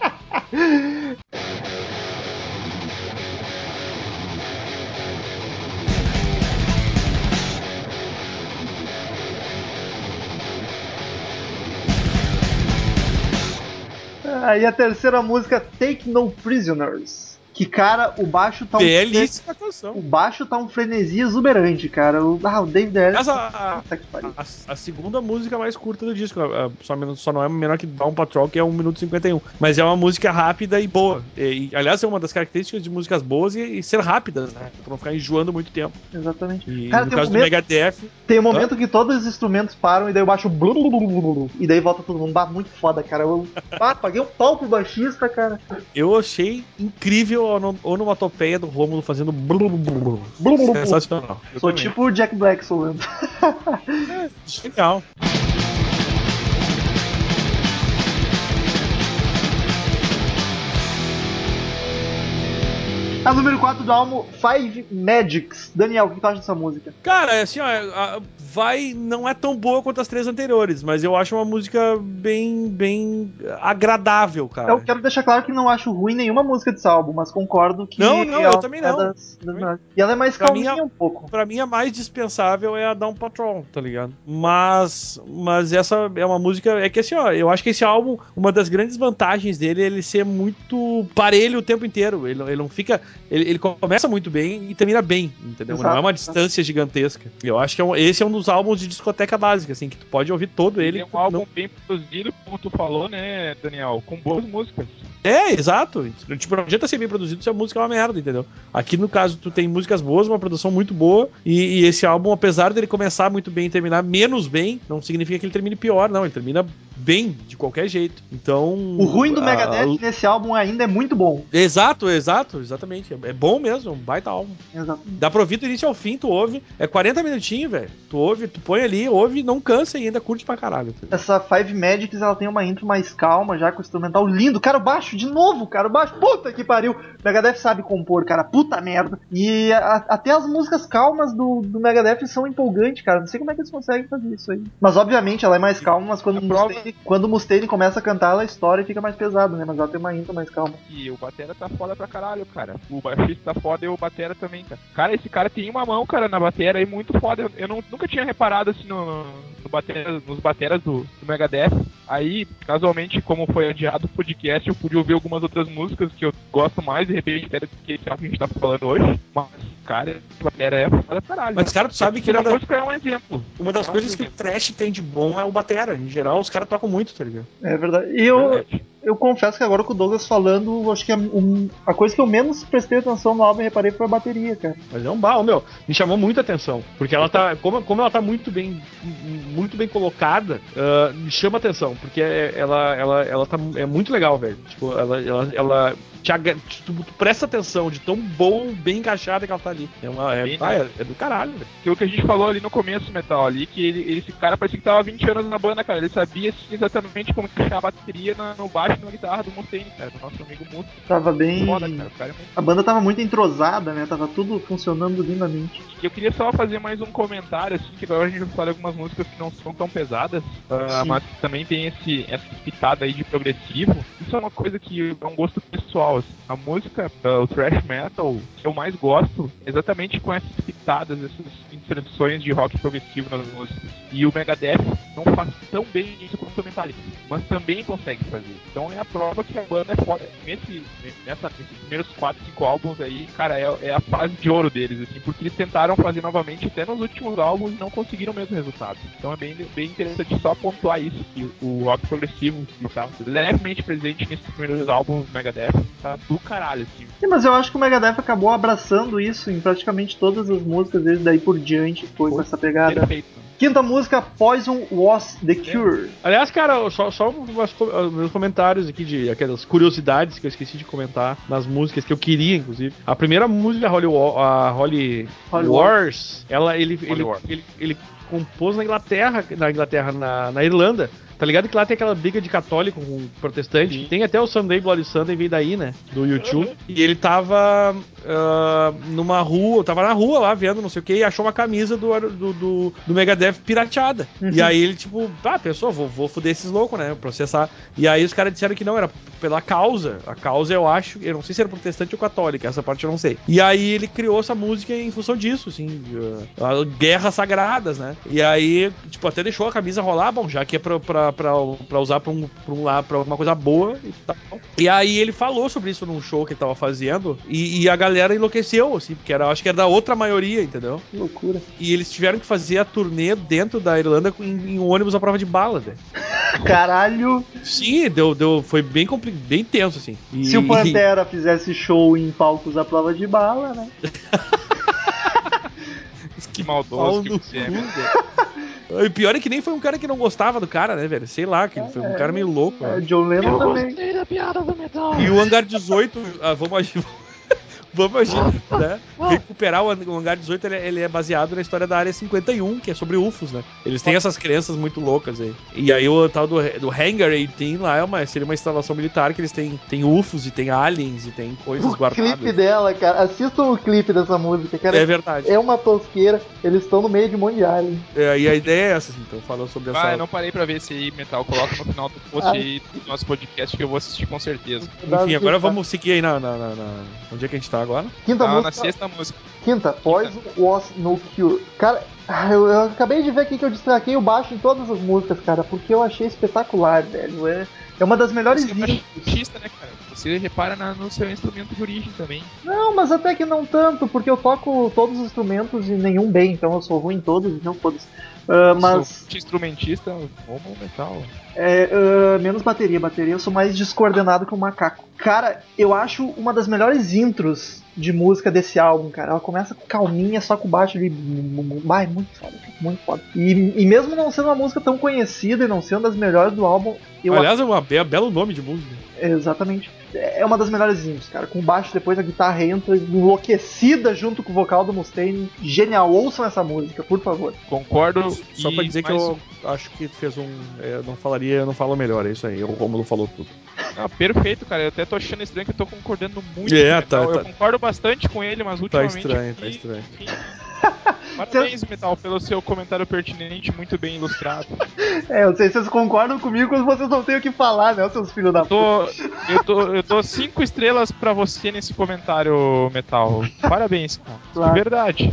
Aí a terceira música, Take No Prisoners. Que, cara, o baixo tá um... Belíssima O canção. baixo tá um frenesi exuberante, cara. O, ah, o David Ellis... Essa, Puta que pariu. a, a segunda música mais curta do disco, a- a- só, menos- só não é menor que Down Patrol, que é um minuto e cinquenta e um. Mas é uma música rápida e boa. E, e, aliás, é uma das características de músicas boas e, e ser rápidas, né? Pra não ficar enjoando muito tempo. Exatamente. E Cara, no tem um caso do momento- Megadeth, Tem um momento que todos os instrumentos param e daí o baixo... blu, blu, blu, blu, blu, e daí volta todo mundo. Bah, muito foda, cara. Eu ah, paguei um pau pro baixista, cara. eu achei incrível a ono- onomatopeia do Rômulo fazendo blu, blu, blu, blu. Blu, blu, blu. Sensacional. Eu Sou também. tipo o Jack Black solando. É, genial. A número quatro do álbum, Five Magics. Daniel, o que tu acha dessa música? Cara, é assim, ó, a- vai, não é tão boa quanto as três anteriores, mas eu acho uma música bem, bem agradável, cara. Eu quero deixar claro que não acho ruim nenhuma música desse álbum, mas concordo que Não, não, ela eu também é não. das- das Também. melhores. E ela é mais Pra calminha mim, a- um pouco. Pra mim, a mais dispensável é a Down Patrol, tá ligado? Mas, mas essa é uma música. É que assim, ó, eu acho que esse álbum, uma das grandes vantagens dele é ele ser muito parelho o tempo inteiro. Ele, ele não fica. Ele, ele começa muito bem e termina bem, entendeu? Exato, não é uma exato. distância gigantesca. Eu acho que é um- esse é um dos álbuns de discoteca básica, assim, que tu pode ouvir todo ele. Ele é um não- álbum bem produzido, como tu falou, né, Daniel? Com boas músicas. É, exato. Tipo, não adianta ser bem produzido se a música é uma merda, entendeu? Aqui, no caso, tu tem músicas boas, uma produção muito boa, e, e esse álbum, apesar dele começar muito bem e terminar menos bem, não significa que ele termine pior, não. Ele termina bem, de qualquer jeito. Então... O ruim do a- Megadeth a- nesse álbum ainda é muito bom. Exato, exato, exatamente. É, é bom mesmo, é um baita álbum. Exato. Dá pra ouvir do início ao fim, tu ouve. É quarenta minutinhos, velho. Tu ouve, tu põe ali, ouve, não cansa e ainda curte pra caralho. Essa Five Magics, ela tem uma intro mais calma, já com o instrumental lindo. Cara, o baixo, de novo, cara, o baixo, puta que pariu. Megadeth sabe compor, cara, puta merda. E a- até as músicas calmas do, do Megadeth são empolgantes, cara. Não sei como é que eles conseguem fazer isso aí. Mas, obviamente, ela é mais calma, mas quando A o prova- Mustaine, quando o Mustaine começa a cantar, ela estoura e fica mais pesado, né? Mas ela tem uma intro mais calma. E o Batera tá foda pra caralho, cara. O baixista tá foda e o Batera também, cara. Cara, esse cara tem uma mão, cara, na batera aí muito foda. Eu, eu não, nunca tinha reparado assim no, no batera, nos bateras do, do Megadeth. Aí, casualmente, como foi adiado o podcast, eu pude ouvir algumas outras músicas que eu gosto mais, de repente, até do que esse álbum que a gente tá falando hoje. Mas, cara, esse batera é foda pra caralho. Mas, cara, tu sabe que a uma, da- música é um exemplo. uma das coisas que o trash tem de bom é o batera. Em geral, os caras tocam muito, tá ligado? É verdade. E eu, Verdade. eu confesso que agora com o Douglas falando, acho que a, um- a coisa que eu menos prestei atenção no álbum e reparei foi a bateria, cara. Mas é um baú, meu. Me chamou muita atenção. Porque ela tá. Como, como ela tá muito bem. Muito bem colocada, ah, me chama atenção. Porque é- ela, ela, ela tá. É muito legal, velho. Tipo, ela, ela, ela te aga- tu, tu presta atenção de tão bom, bem encaixada que ela tá ali. É, uma, é, Bem, ah, né? é, é do caralho, velho. Aquilo que a gente falou ali no começo, Metal, ali, que ele, ele- esse cara parecia que tava há vinte anos na banda, cara. Ele sabia assim, exatamente como encaixar a bateria na- no baixo e na guitarra do Mustaine, cara, do nosso amigo Mustaine. Tava bem. Foda, cara. O cara é muito... A banda tava muito entrosada, né? Tava tudo funcionando lindamente. E eu queria só fazer mais um comentário, assim, que agora a gente vai falar de algumas músicas que não são tão pesadas, ah, mas que também tem esse, essa pitada aí de progressivo. Isso é uma coisa que é um gosto pessoal, assim. A música, ah, o thrash metal, que eu mais gosto, é exatamente com essas pitadas, essas inserções de rock progressivo nas músicas. E o Megadeth não faz tão bem isso quanto o Metallica, mas também consegue fazer. Então é a prova que a banda é foda. Nesse, nessa, nesses primeiros quatro, cinco álbuns aí, cara, é, é a fase de ouro deles, assim, porque eles tentaram fazer novamente até nos últimos álbuns e não conseguiram o mesmo resultado. Então é bem, bem interessante só pontuar isso, que o rock progressivo tá levemente presente nesses primeiros álbuns do Megadeth, tá do caralho, assim. Sim, mas eu acho que o Megadeth acabou abraçando isso em praticamente todas as músicas desde daí por diante, foi com essa pegada. Perfeito. Quinta música, Poison Was the Cure. Aliás, cara, só, só umas co- uh, meus comentários aqui de aquelas curiosidades que eu esqueci de comentar nas músicas que eu queria, inclusive. A primeira música, a Holy, Wa- a Holy, Holy Wars, ela, ele, Holy ele, Wars. ele, ele compôs na Inglaterra, na Inglaterra, na, na Irlanda. Tá ligado que lá tem aquela briga de católico com protestante? Sim. Tem até o Sunday Bloody Sunday, veio daí, né? Do YouTube. E ele tava ah, numa rua, tava na rua lá vendo não sei o que, e achou uma camisa do, do, do, do Megadeth pirateada. E aí ele, tipo, ah, pensou, vou, vou foder esses loucos, né? Processar. E aí os caras disseram que não, era pela causa. A causa eu acho, eu não sei se era protestante ou católica, essa parte eu não sei. E aí ele criou essa música em função disso, assim, uh, guerras sagradas, né? E aí, tipo, até deixou a camisa rolar, bom, já que é pra, pra, pra, pra usar pra, um, pra, um, lá, pra alguma coisa boa e tal. E aí ele falou sobre isso num show que ele tava fazendo e, e a galera enlouqueceu, assim, porque era, acho que era da outra maioria, entendeu? Que loucura. E eles tiveram que fazer a turnê dentro da Irlanda em, em um ônibus à prova de bala, velho. Caralho. Sim, deu, deu, foi bem, compli- bem tenso, assim. E, Se o Pantera fizesse show em palcos à prova de bala, né? Que Pau maldoso que no você é. cu, velho. E pior é que nem foi um cara que não gostava do cara, né, velho? Sei lá, que foi um cara meio louco. É, né? John Lennon também. Gostei da piada do metal. E o Hangar dezoito, ah, vamos agir. Vamos agir, né? Recuperar o o Hangar dezoito, ele, é- ele é baseado na história da Área cinquenta e um, que é sobre U F Os, né? Eles têm essas crenças muito loucas aí. E aí o tal do, do Hangar dezoito lá é uma, seria uma instalação militar que eles têm, tem U F Os e tem aliens e tem coisas O guardadas. clipe dela, cara. Assistam o clipe dessa música, cara. É verdade. É uma tosqueira. Eles estão no meio de um monte de alien. É, e a ideia é essa, assim, então, falando sobre essa... Ah, eu não parei pra ver esse aí, Metal. Coloca no final do post aí do nosso podcast que eu vou assistir com certeza. Enfim, agora vamos seguir aí na, na, na, na... Onde é que a gente tá agora? Quinta Ah, na música. sexta música. Quinta, Poison Was no Cure. Cara, eu, eu acabei de ver aqui que eu destaquei o baixo em todas as músicas, cara, porque eu achei espetacular, velho. É, é uma das melhores Você é intros. baixista, né, cara? Você repara na- no seu instrumento de origem também. Não, mas até que não tanto, porque eu toco todos os instrumentos e nenhum bem, então eu sou ruim em todos, então foda-se. Ah, mas. Sou instrumentista, homo metal. É, ah, menos bateria, bateria eu sou mais descoordenado que um macaco. Cara, eu acho uma das melhores intros de música desse álbum, cara. Ela começa calminha, só com o baixo ali. Vai, muito foda, cara, muito foda. E, e mesmo não sendo uma música tão conhecida e não sendo das melhores do álbum, eu Aliás, é um be- belo nome de música. É, exatamente. É uma das melhores intros, cara. Com o baixo, depois a guitarra entra enlouquecida junto com o vocal do Mustaine. Genial, ouçam essa música, por favor. Concordo. Só e pra dizer que mais- eu acho que fez um... Eu não falaria, eu não falo melhor, é isso aí. O Romulo falou tudo. Ah, perfeito, cara. Eu até tô achando estranho que eu tô concordando muito É, com o Metal. tá- Eu tá- concordo bastante com ele, mas Tá ultimamente... estranho, tá aqui- estranho. enfim. Parabéns, Metal, pelo seu comentário pertinente, muito bem ilustrado. É, eu sei se vocês concordam comigo quando vocês não têm o que falar, né, seus filhos da puta. Tô, eu, tô, eu dou cinco estrelas pra você nesse comentário, Metal. Parabéns, cara. Claro. De verdade.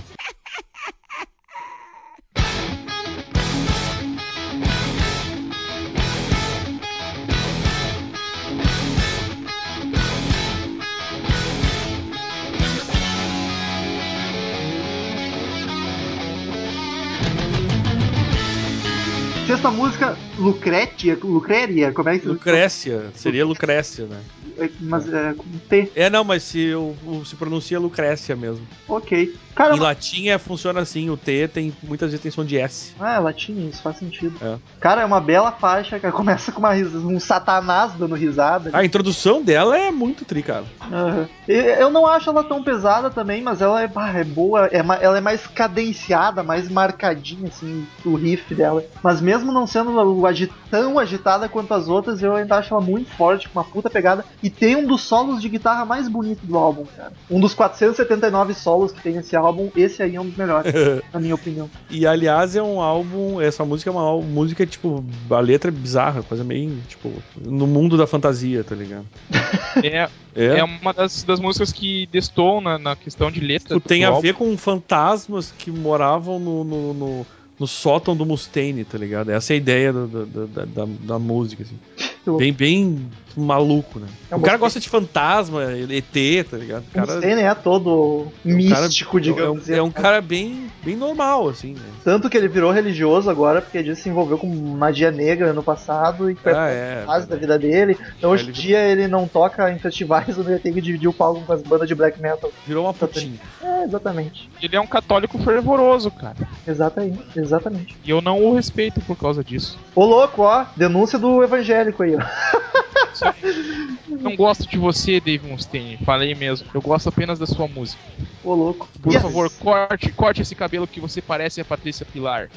Sexta música, Lucrétia, Lucréria, como é que Lucrécia, seria Lucrécia, né? é, mas é com T. É, não, mas se, o, o- se pronuncia Lucrécia mesmo. Ok. Cara, Em latim é, funciona assim, o T tem muitas vezes tem som de S. ah, é latim, isso faz sentido. É. Cara, é uma bela faixa, cara. Começa com uma ris- um satanás dando risada. A introdução dela é muito tri, cara. Aham. E- Eu não acho ela tão pesada também, mas ela é, bah, é boa, é ma- ela é mais cadenciada, mais marcadinha, assim, o riff dela. Mas mesmo não sendo o agi- tão agitada quanto as outras, eu ainda acho ela muito forte, com uma puta pegada. E tem um dos solos de guitarra mais bonitos do álbum, cara. Um dos quatrocentos e setenta e nove solos que tem nesse álbum, esse aí é um dos melhores, na minha opinião. E aliás, é um álbum. Essa música é uma ál- música, tipo, a letra é bizarra, coisa meio, tipo, no mundo da fantasia, tá ligado? É, É. é uma das, das músicas que destoam na, na questão de letra. Tipo, tem do a álbum. ver com fantasmas que moravam no, no, no, no sótão do Mustaine, tá ligado? Essa é a ideia do- do- do- da, da, da música, assim. Bem, bem maluco, né? É o um cara Mustaine. gosta de fantasma, E T, tá ligado? O O cara Mustaine é todo é um cara- místico, digamos assim. é um, é um cara bem, bem normal, assim, né? Tanto que ele virou religioso agora, porque ele se envolveu com magia negra no passado e foi Ah, a é, fase da verdade. vida dele. Então hoje em Ele virou- dia ele não toca em festivais onde ele tem que dividir o palco com as bandas de black metal. Virou uma putinha. É, exatamente. Ele é um católico fervoroso, cara. Exatamente, exatamente. E eu não o respeito por causa disso. Ô louco, ó, denúncia do evangélico aí, ó. Só- Não gosto de você, Dave Mustaine. Falei mesmo. Eu gosto apenas da sua música. Ô louco. Por E a favor, corte, corte esse cabelo que você parece a Patrícia Pilar.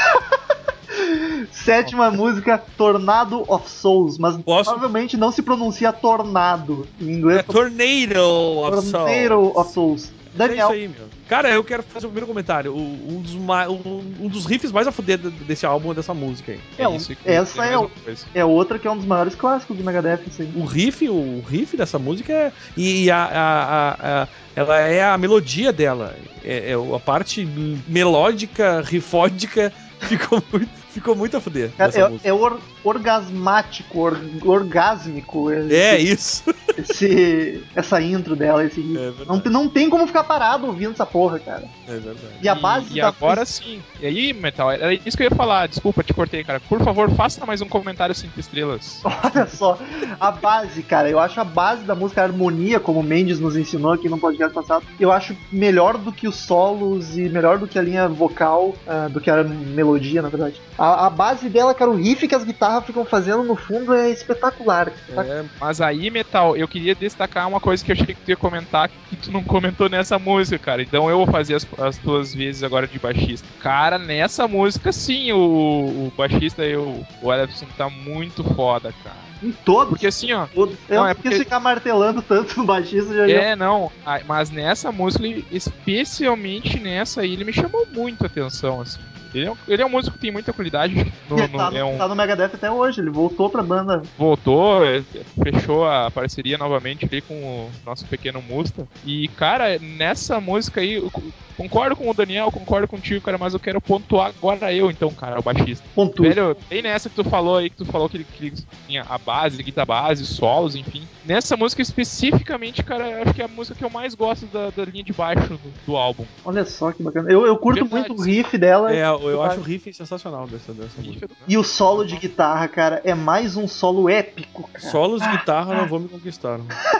sétima música, Tornado of Souls, mas Posso? provavelmente não se pronuncia tornado. Em inglês, É Tornado of Soul. Tornado of Souls. É Daniel, isso aí, meu. Cara, eu quero fazer o primeiro comentário. O- um, dos ma- um, um dos riffs mais a fuder de- desse álbum é dessa música aí. É, um- isso que- essa a é mesma o- coisa. é outra que é um dos maiores clássicos do Megadeth, assim. O riff, o riff dessa música é. E a, a- a- a- ela é a melodia dela. É, é a parte melódica, rifódica, ficou muito, ficou muito a fuder. Cara, dessa é, música. é or- orgasmático, or- orgásmico. É isso. Esse, essa intro dela, esse riff. É verdade. não, tem- não tem como ficar parado ouvindo essa porra, cara. É verdade. E a base E da agora sim. E aí, Metal, era isso que eu ia falar. Desculpa, te cortei, cara. Por favor, faça mais um comentário cinco estrelas. Olha só, a base, cara, eu acho a base da música, a harmonia, como o Mendes nos ensinou aqui no podcast passado, eu acho melhor do que os solos e melhor do que a linha vocal, ah, do que a melodia, na verdade. A, a base dela, cara, o riff que as guitarras ficam fazendo no fundo é espetacular. É, Mas aí, Metal, eu queria destacar uma coisa que eu achei que tu ia comentar, que tu não comentou nessa música, cara. Então eu vou fazer as, as tuas vezes agora de baixista. Cara, nessa música, sim, o, o baixista, eu, o Ellefson, tá muito foda, cara. Em todos. Porque assim, ó. todos. Eu Não, não é quis porque- ficar martelando tanto no baixista, já ia. É, não, ah, mas nessa música, ele- especialmente nessa aí, ele me chamou muito a atenção, assim. Ele é, um, ele é um músico que tem muita qualidade. No, Ele no- tá, no, é um, tá no Megadeth até hoje, ele voltou pra banda. voltou, é, fechou a parceria novamente ali com o nosso pequeno Musta. E, cara, nessa música aí, eu co- concordo com o Daniel, concordo contigo, cara, mas eu quero pontuar agora eu, então, cara, o baixista. Pontua. Velho, bem nessa que tu falou aí, que tu falou que ele, que ele tinha a base, guitarra base, solos, enfim. Nessa música especificamente, cara, eu acho que é a música que eu mais gosto da, da linha de baixo do, do álbum. Olha só que bacana. Eu, eu curto Verdade, muito o sim. riff dela. é, eu acho o riff sensacional dessa, dessa música. E o solo de guitarra, cara, é mais um solo épico, cara. Solos de guitarra não vão me conquistar.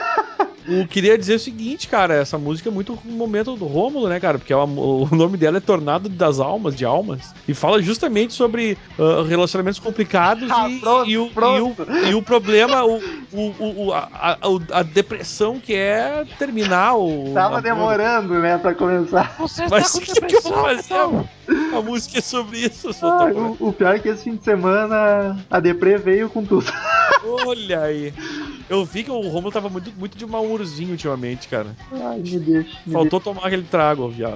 Eu queria dizer o seguinte, cara, essa música é muito um momento do Rômulo, né, cara? Porque ela- o nome dela é Tornado das Almas, de Almas, e fala justamente sobre ah, relacionamentos complicados Ah, e, pronto, e o, pronto. e, o, e o problema, o, o, o- a, a- a depressão que é terminar o. Tava namoro. demorando, né, pra começar. Você Mas o que, que eu vou fazer? A música é sobre isso, eu sou Ah, tão- o, o pior é que esse fim de semana a Deprê veio com tudo. Olha aí. Eu vi que o Romulo tava muito, muito de mau humorzinho ultimamente, cara. Ai, me deixa. Me Faltou tomar aquele trago, ó, viado.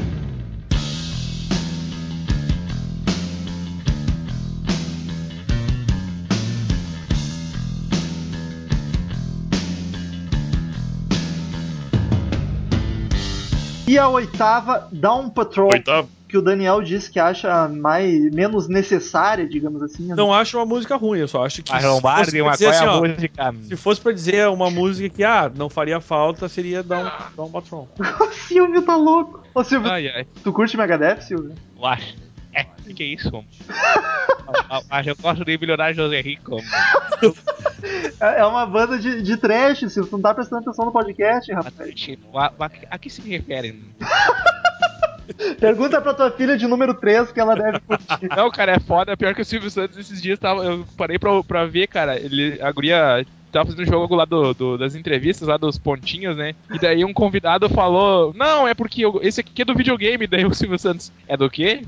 deixa. E a oitava, Down Patrol, Oitavo. que o Daniel disse que acha mais, menos necessária, digamos assim. Não acho uma música ruim, eu só acho que. Mas se fosse Lombardi, pra uma dizer qual é assim, a ó, música? se fosse pra dizer uma música que, ah, não faria falta, seria Down, Down Patrol. O Silvio tá louco. Ô, Silvio, Ai, ai. tu curte Megadeth, Silvio? Eu acho. É, o que, que é isso, homem? Mas eu gosto de milionário José Rico, homem. É uma banda de, de trash, se você não tá prestando atenção no podcast, rapaz. A, a, a que se me referem? Pergunta pra tua filha de número três que ela deve curtir. Não, cara, é foda. Pior que o Silvio Santos esses dias tava, eu parei pra, pra ver, cara. Ele, a guria tava fazendo um jogo lá do, do- das entrevistas, lá dos pontinhos, né? E daí um convidado falou: Não, é porque eu- esse aqui é do videogame. Daí o Silvio Santos: É do quê?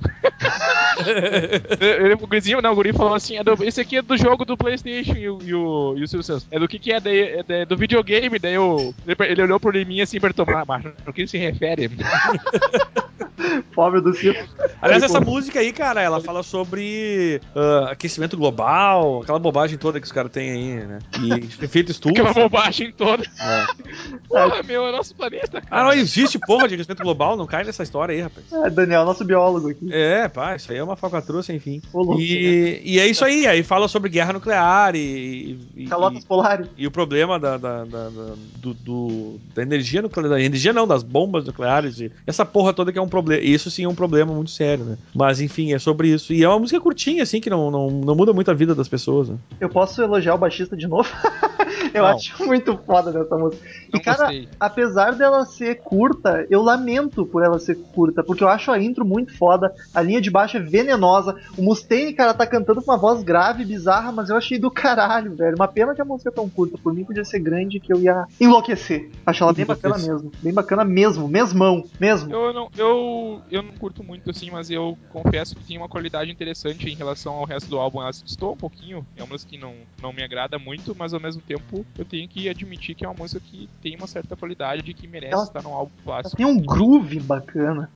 Ele, o gurizinho, não, o guri falou assim: é do, Esse aqui é do jogo do PlayStation. E o, e o, e o Silvio Santos: É do que que é? Daí, é, da- do videogame. Daí o, ele, ele olhou pro Liminha assim pra tomar, mas o que ele se refere? Pobre do Silvio. Aliás, essa música aí, cara, ela fala sobre ah, aquecimento global, aquela bobagem toda que os caras têm aí, né? E efeito estufa. Aquela bobagem toda. É. Porra, meu, é nosso planeta, cara. Ah, não existe porra de aquecimento global, não cai nessa história aí, rapaz. É, Daniel, nosso biólogo aqui. É, pá, isso aí é uma falcatrua sem fim. Ô, louco, E, e é isso aí, aí fala sobre guerra nuclear e. e Calotas e, polares. e o problema da, da, da, da- do, do- da energia nuclear. Da energia não, das bombas nucleares. E essa porra toda que é um problema. Isso sim é um problema muito sério, né? Mas enfim, é sobre isso. E é uma música curtinha, assim, que não, não, não muda muito a vida das pessoas, né? Eu posso elogiar o baixista de novo? Eu Não. acho muito foda dessa música. Não E, cara, gostei. apesar dela ser curta, eu lamento por ela ser curta, porque eu acho a intro muito foda, a linha de baixo é venenosa, o Mustaine, cara, tá cantando com uma voz grave, bizarra, mas eu achei do caralho, velho. Uma pena que a música é tão curta, por mim podia ser grande que eu ia enlouquecer. Acho ela bem bacana mesmo, bem bacana mesmo, mesmão, mesmo. Eu não, eu, eu não curto muito assim, mas eu confesso que tem uma qualidade interessante em relação ao resto do álbum. Ela se destoa um pouquinho, é uma música que não, não me agrada muito, mas ao mesmo tempo eu tenho que admitir que é uma música que tem uma certa qualidade, que merece Ela- estar num álbum clássico. Tem um groove bacana.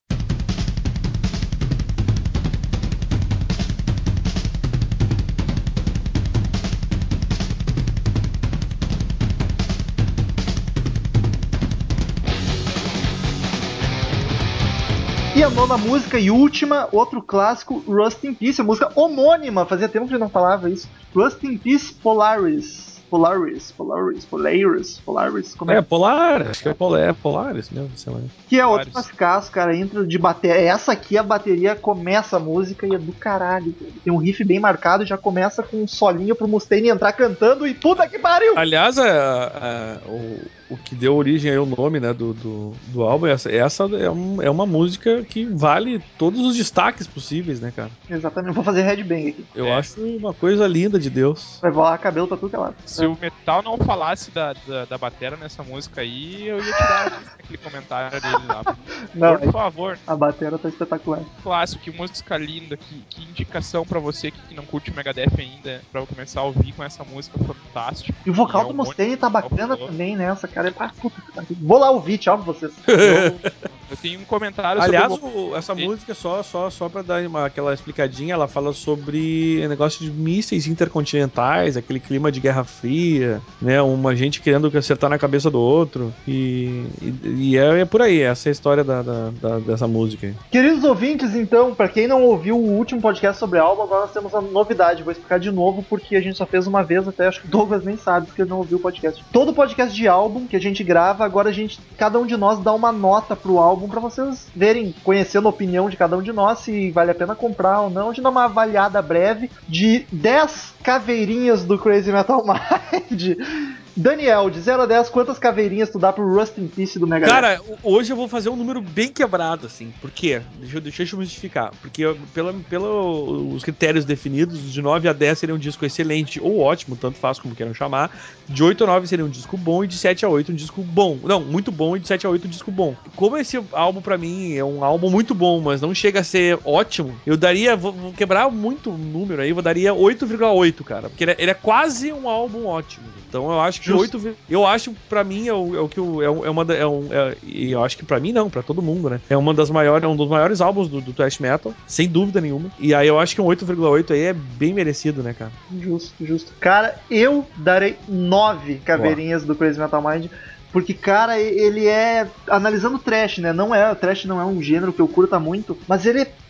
E a nona música e última, outro clássico, Rust in Peace, a música homônima, fazia tempo que eu não falava isso. Rust in Peace Polaris. Polaris, Polaris, Polaris, Polaris, como é? É, Polar, acho que é, Polar, é Polaris mesmo, sei lá. Que é outro Polaris. classicaço, cara, intro de bateria. Essa aqui, a bateria começa a música e é do caralho. Tem um riff bem marcado, já começa com um solinho pro Mustaine entrar cantando e puta que pariu! Aliás, a- a- o, o que deu origem ao nome, né, do, do, do álbum, essa, essa é, um- é uma música que vale todos os destaques possíveis, né, cara? Exatamente, vou fazer headbang aqui. Eu É. acho uma coisa linda de Deus. Vai voar cabelo pra tudo que é lado. Se o Metal não falasse da, da, da batera nessa música aí, eu ia tirar aquele comentário dele lá. Não, Por favor, a batera tá espetacular. clássico, que música linda, que, que indicação pra você que, que não curte Megadeth ainda, pra começar a ouvir com essa música fantástica. E o vocal E é do um Mustaine monte- tá bacana falou. também, né? Essa cara é. Ah, puta que pariu. Vou lá ouvir, tchau pra vocês. Eu, eu tenho um comentário Aliás, sobre o... o- essa música, só, só, só pra dar uma, aquela explicadinha, ela fala sobre negócio de mísseis intercontinentais, aquele clima de Guerra Fria, né? Uma gente querendo acertar na cabeça do outro. E, e, e é, é por aí, essa é a história da, da- da- dessa música aí. Queridos ouvintes, então, pra quem não ouviu o último podcast sobre a álbum, agora nós temos uma novidade. Vou explicar de novo porque a gente só fez uma vez, até acho que o Douglas nem sabe porque ele não ouviu o podcast. Todo podcast de álbum que a gente grava, agora a gente, cada um de nós dá uma nota pro álbum pra vocês verem, conhecendo a opinião de cada um de nós, se vale a pena comprar ou não. A gente dá uma avaliada breve de dez caveirinhas do Crazy Metal Mind. Daniel, de zero a dez, quantas caveirinhas tu dá pro Rust in Peace do Megadeth? Cara, o- hoje eu vou fazer um número bem quebrado, assim. Por quê? Deixa, eu- deixa eu justificar. Porque eu- pela, pelos critérios definidos, de nove a dez seria um disco excelente ou ótimo, tanto faz como queiram chamar. De oito a nove seria um disco bom e de sete a oito um disco bom. Não, muito bom e de sete a oito um disco bom. Como esse álbum pra mim é um álbum muito bom, mas não chega a ser ótimo, eu daria, vou, vou quebrar muito o número aí, eu daria oito vírgula oito, cara. Porque ele é, ele é quase um álbum ótimo. Então eu acho que Justo. oito, vi- eu acho pra mim é o, é o que o- é, um- é uma da- é um, é- e eu acho que pra mim não, pra todo mundo, né? É uma das maiores, é um dos maiores álbuns do, do thrash metal, sem dúvida nenhuma. E aí eu acho que um oito vírgula oito aí é bem merecido, né, cara? Justo, justo. Cara, eu darei nove caveirinhas do Crazy Metal Mind. Porque, cara, ele é. Analisando o trash, né? Não é, o trash não é um gênero que eu curta muito, mas ele é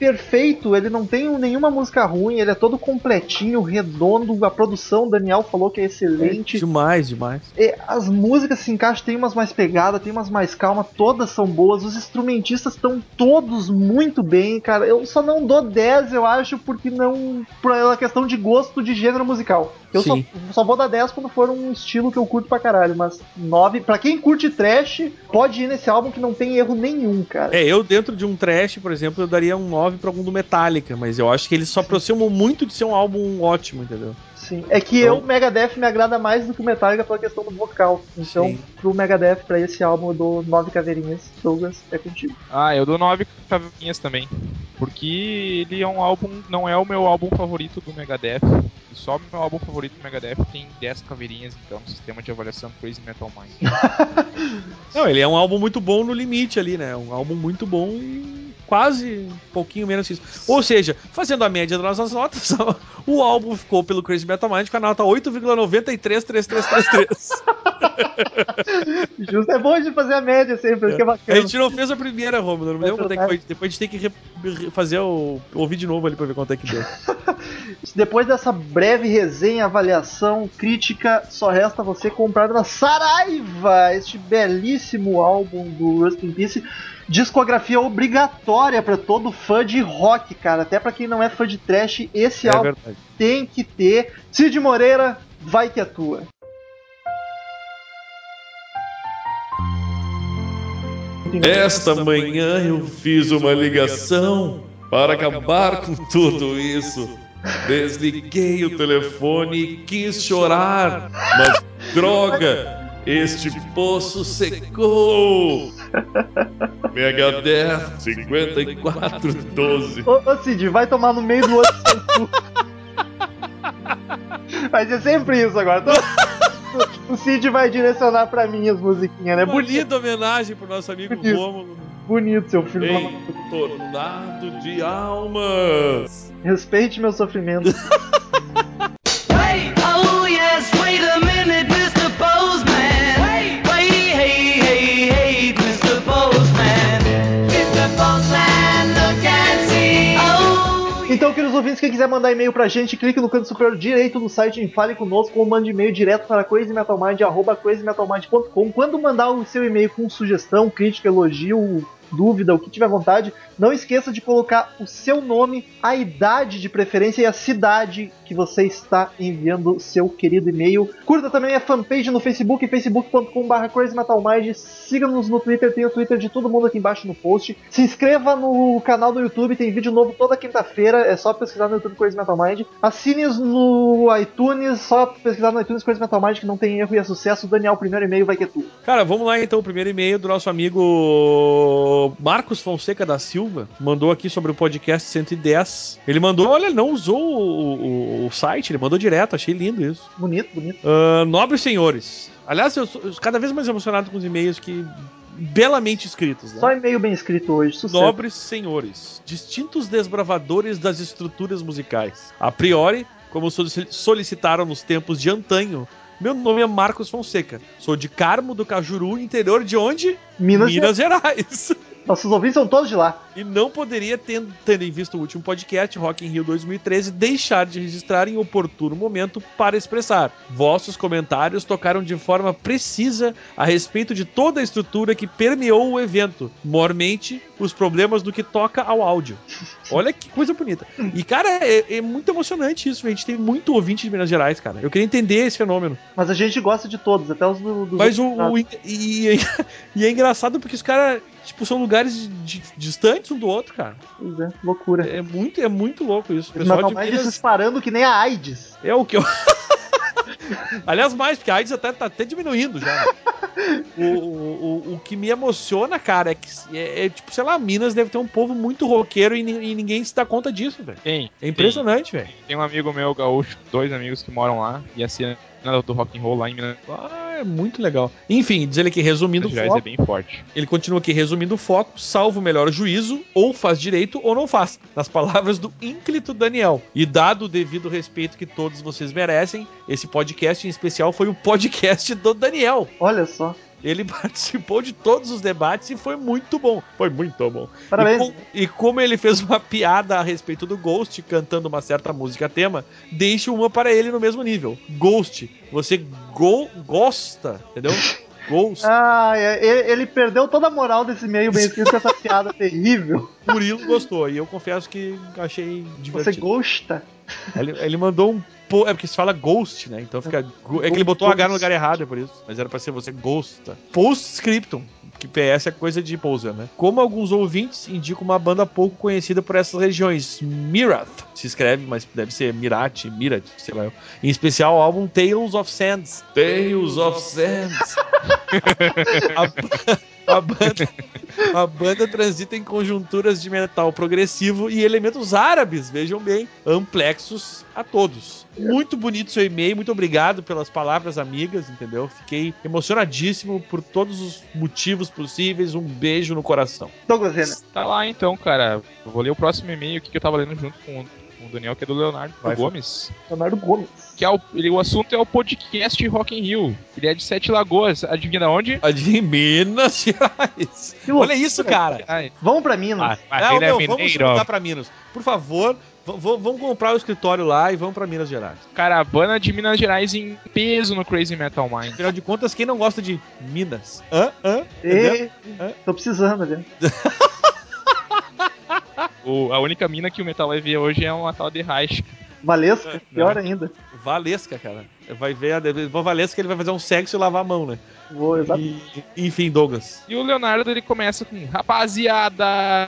perfeito, ele não tem nenhuma música ruim, ele é todo completinho, redondo, a produção, o Daniel falou que é excelente. É, demais, demais. E as músicas se encaixam, tem umas mais pegadas, tem umas mais calmas, todas são boas, os instrumentistas estão todos muito bem, cara. Eu só não dou dez, eu acho, porque não... pela questão de gosto de gênero musical. Eu só, só vou dar dez quando for um estilo que eu curto pra caralho, mas nove, pra quem curte trash, pode ir nesse álbum que não tem erro nenhum, cara. É, eu dentro de um trash, por exemplo, eu daria um nove pra algum do Metallica, mas eu acho que eles se aproximam muito de ser um álbum ótimo, entendeu? Sim, é que então, eu, o Megadeth me agrada mais do que o Metallica pela questão do vocal. Então, sim, pro Megadeth, pra esse álbum, eu dou nove caveirinhas. Douglas, é contigo. Ah, eu dou nove caveirinhas também. Porque ele é um álbum, não é o meu álbum favorito do Megadeth. E só o meu álbum favorito do Megadeth tem dez caveirinhas, então, no sistema de avaliação Crazy Metal Mind. Não, ele é um álbum muito bom no limite ali, né? Um álbum muito bom e quase um pouquinho menos que isso. Ou seja, fazendo a média das nossas notas, o álbum ficou pelo Crazy Metal Mind com a nota oito vírgula nove três três três três três. Justo, é bom de fazer a média sempre, isso é. que é bacana. A gente não fez a primeira, Romulo, não me lembro quanto é que foi. Depois a gente tem que re- re- fazer o... ouvir de novo ali pra ver quanto é que deu. Depois dessa breve resenha, avaliação, crítica, só resta você comprar na Saraiva este belíssimo álbum do Rust in Peace. Discografia obrigatória pra todo fã de rock, cara. Até pra quem não é fã de trash, esse é álbum verdade. Tem que ter. Cid Moreira, vai que é tua. Esta manhã eu fiz uma ligação para acabar com tudo isso. Desliguei o telefone e quis chorar, mas droga, este poço secou. Megadeth cinquenta e quatro doze. Ô, ô Cid, vai tomar no meio do outro seu cu. Vai ser sempre isso agora. O Cid vai direcionar pra mim as musiquinhas, né? Bonita homenagem pro nosso amigo Bonito. Rômulo. Bonito, seu filho. Ei, tornado de almas. Respeite meu sofrimento. Wait, oh yes, wait a minute, mister Postman. Wait, wait, hey, hey, hey, mister Postman. mister Postman, look and see. Oh, Então, queridos ouvintes, quem quiser mandar e-mail pra gente, clique no canto superior direito do site em Fale Conosco ou mande e-mail direto para crazymetalmind, arroba crazymetalmind ponto com. Quando mandar o seu e-mail com sugestão, crítica, elogio, dúvida, o que tiver vontade, não esqueça de colocar o seu nome, a idade de preferência e a cidade que você está enviando seu querido e-mail. Curta também a fanpage no Facebook, facebook ponto com barra crazymetalmind. Siga-nos no Twitter, tem o Twitter de todo mundo aqui embaixo no post. Se inscreva no canal do YouTube, tem vídeo novo toda quinta-feira, é só pesquisar no YouTube Crazy Metal Mind. Assine-os no iTunes, só pesquisar no iTunes Crazy Metal Mind, que não tem erro e é sucesso. Daniel, primeiro e-mail vai que é tu. Cara, vamos lá então, o primeiro e-mail do nosso amigo Marcos Fonseca da Silva, mandou aqui sobre o podcast cento e dez. Ele mandou, olha, ele não usou o, o, o site, ele mandou direto, achei lindo isso. Bonito, bonito. Uh, nobres senhores. Aliás, eu sou cada vez mais emocionado com os e-mails que belamente escritos, né? Só e-mail bem escrito hoje, sucesso. Nobres senhores, distintos desbravadores das estruturas musicais. A priori, como solicitaram nos tempos de antanho, meu nome é Marcos Fonseca. Sou de Carmo do Cajuru, interior de onde? Minas, Minas Gerais. Nossos ouvintes são todos de lá. E não poderia, tendo, tendo em vista o último podcast, Rock in Rio dois mil e treze, deixar de registrar em oportuno momento para expressar. Vossos comentários tocaram de forma precisa a respeito de toda a estrutura que permeou o evento, mormente os problemas do que toca ao áudio. Olha que coisa bonita. E, cara, é, é muito emocionante isso. A gente tem muito ouvinte de Minas Gerais, cara. Eu queria entender esse fenômeno. Mas a gente gosta de todos, até os do, dos Mas o, outros. o e, e é engraçado porque os caras, tipo, são lugares de- distantes um do outro, cara. Pois é, loucura. É muito, é muito louco isso. O Mas pessoal de mais Minas disparando que nem a AIDS. é o que eu... Aliás, mais, porque a AIDS até, tá até diminuindo já. Né? O, o, o, o que me emociona, cara, é que, é, é, tipo, sei lá, Minas deve ter um povo muito roqueiro e, ni- e ninguém se dá conta disso, velho. Tem. É impressionante, velho. Tem um amigo meu gaúcho, dois amigos que moram lá e assinam do rock and roll lá em Minas Ah, é muito legal. Enfim, diz ele que resumindo o Gerais foco, é bem forte. ele continua aqui resumindo o foco, salvo o melhor juízo, ou faz direito ou não faz, nas palavras do ínclito Daniel. E dado o devido respeito que todos vocês merecem, esse podcast em especial foi o podcast do Daniel. Olha só. Ele participou de todos os debates e foi muito bom. Foi muito bom. Parabéns. E, com, e como ele fez uma piada a respeito do Ghost cantando uma certa música tema, deixe uma para ele no mesmo nível. Ghost, você go, gosta, entendeu? Ghost. Ah, é, ele, ele perdeu toda a moral desse meio bem escrito com essa piada terrível. Murilo gostou, e eu confesso que achei Você divertido. gosta? Ele, ele mandou um... po- É porque se fala Ghost, né? Então fica... go- É que ele botou H no lugar errado, é por isso. Mas era pra ser você gosta. Postscriptum, que P S é coisa de poser, né? Como alguns ouvintes indicam uma banda pouco conhecida por essas regiões. Mirath. Se escreve, mas deve ser Mirati, Mirat, sei lá. Em especial o álbum Tales of Sands. Tales of Sands. A, a banda, a banda transita em conjunturas de metal progressivo e elementos árabes, vejam bem, amplexos a todos. Muito bonito seu e-mail, muito obrigado pelas palavras amigas, entendeu? Fiquei emocionadíssimo por todos os motivos possíveis, um beijo no coração. Douglas Renner. Tá lá então, cara. Eu vou ler o próximo e-mail aqui que eu tava lendo junto com, com o Daniel, que é do Leonardo Vai, Gomes. Leonardo Gomes. Que é o, ele, o assunto é o podcast Rock in Rio. Ele é de Sete Lagoas. Adivinha de onde? De Minas Gerais. Que Olha loucura. isso, cara. Ai, Vamos pra Minas. a Não, Barreira meu, vamos se Mineiro. mudar pra Minas. Por favor, v- v- vamos comprar o escritório lá e vamos pra Minas Gerais. Caravana de Minas Gerais em peso no Crazy Metal Mind. Afinal de contas, quem não gosta de Minas? Hã? Hã? Entendeu? E... Tô precisando, velho. O, a única mina que o Metal vai ver hoje é uma tal de Reich. Valesca, pior ainda. Valesca, cara. Vai ver a a Valesca, ele vai fazer um sexo e lavar a mão, né? Vou, exato. E, enfim, Douglas. E o Leonardo, ele começa com: rapaziada,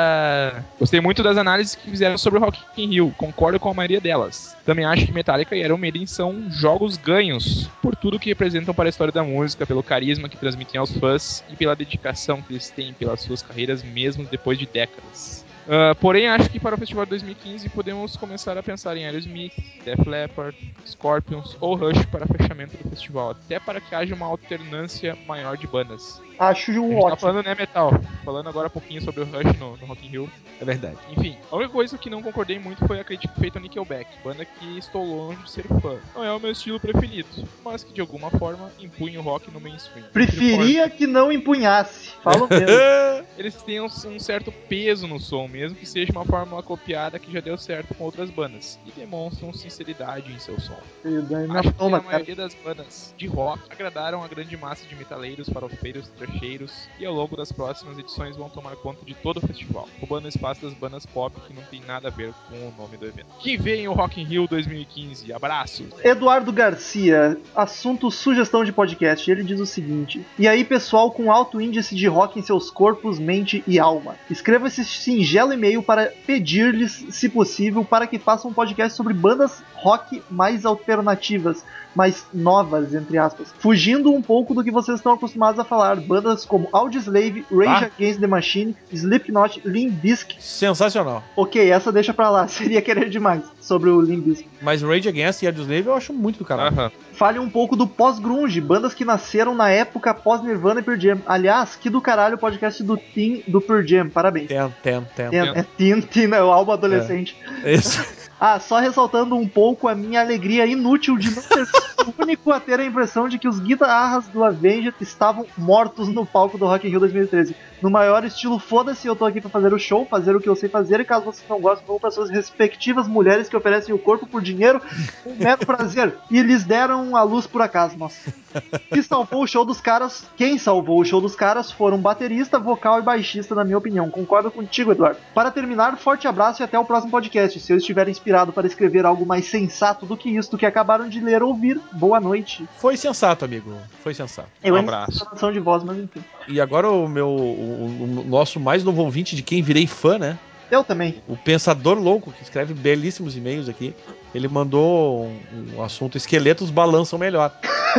ah, gostei muito das análises que fizeram sobre o Rock in Rio, concordo com a maioria delas. Também acho que Metallica e Iron Maiden são jogos ganhos, por tudo que representam para a história da música, pelo carisma que transmitem aos fãs e pela dedicação que eles têm pelas suas carreiras mesmo depois de décadas. Uh, porém, acho que para o festival de dois mil e quinze podemos começar a pensar em Aerosmith, Def Leppard, Scorpions ou Rush para fechamento do festival, até para que haja uma alternância maior de bandas. Acho A gente ótimo. tá falando, né, Metal? Falando agora um pouquinho sobre o Rush no, no Rock in Rio. É verdade. Enfim, a única coisa que não concordei muito foi a crítica feita ao Nickelback, banda que estou longe de ser fã. Não é o meu estilo preferido, mas que de alguma forma impunha o rock no mainstream. Preferia que não empunhasse. Falo mesmo. Eles têm um, um certo peso no som, mesmo que seja uma fórmula copiada que já deu certo com outras bandas, e demonstram sinceridade em seu som. Acho que a maioria das bandas de rock agradaram a grande massa de metaleiros, farofeiros, trecheiros, e ao longo das próximas edições vão tomar conta de todo o festival, roubando o espaço das bandas pop que não tem nada a ver com o nome do evento. Que vem o Rock in Rio dois mil e quinze, abraços! Eduardo Garcia, assunto sugestão de podcast. Ele diz o seguinte: e aí, pessoal com alto índice de rock em seus corpos, mente e alma, escreva esse singelo e-mail para pedir-lhes, se possível, para que façam um podcast sobre bandas rock mais alternativas, mais novas, entre aspas, fugindo um pouco do que vocês estão acostumados a falar. Bandas como Audioslave, Rage Ah. Against the Machine, Slipknot, Limp Bizkit. Sensacional. Ok, essa deixa pra lá, seria querer demais sobre o Limp Bizkit. Mas Rage Against e Audioslave eu acho muito do caralho. Aham. Fale um pouco do pós-grunge, bandas que nasceram na época pós-Nirvana e Pearl Jam. Aliás, que do caralho o podcast do Teen do Pearl Jam, parabéns. Tem, tem, tem. Teen, é Teen, Teen, é o álbum adolescente. Isso. Ah, só ressaltando um pouco a minha alegria inútil de não ter sido o único a ter a impressão de que os guitarras do Avenged estavam mortos no palco do Rock in Rio dois mil e treze. No maior estilo, foda-se, eu tô aqui pra fazer o show, fazer o que eu sei fazer, e caso vocês não gostem, vão para suas respectivas mulheres que oferecem o corpo por dinheiro, um mero prazer. E lhes deram a luz por acaso, nossa. E salvou o show dos caras, quem salvou o show dos caras foram baterista, vocal e baixista, na minha opinião. Concordo contigo, Eduardo. Para terminar, forte abraço e até o próximo podcast. Se eu estiver inspirado para escrever algo mais sensato do que isto que acabaram de ler ou ouvir, boa noite. Foi sensato, amigo. Foi sensato. Eu Um ainda abraço. tenho tradução de voz, mas enfim. E agora o meu, o, o nosso mais novo ouvinte de quem virei fã, né? Eu também. O Pensador Louco, que escreve belíssimos e-mails aqui. Ele mandou um, um assunto: esqueletos balançam melhor.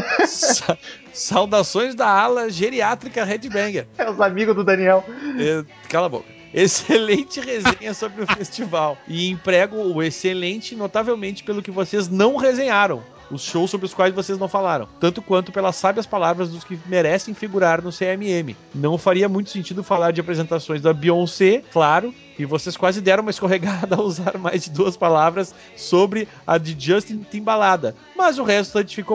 Sa- Saudações da ala geriátrica Headbanger. É os amigos do Daniel. É, cala a boca. Excelente resenha sobre o festival. E emprego o excelente notavelmente pelo que vocês não resenharam. Os shows sobre os quais vocês não falaram. Tanto quanto pelas sábias palavras dos que merecem figurar no C M M. Não faria muito sentido falar de apresentações da Beyoncé, claro. E vocês quase deram uma escorregada ao usar mais de duas palavras sobre a de Justin Timbalada. Mas o restante ficou bom.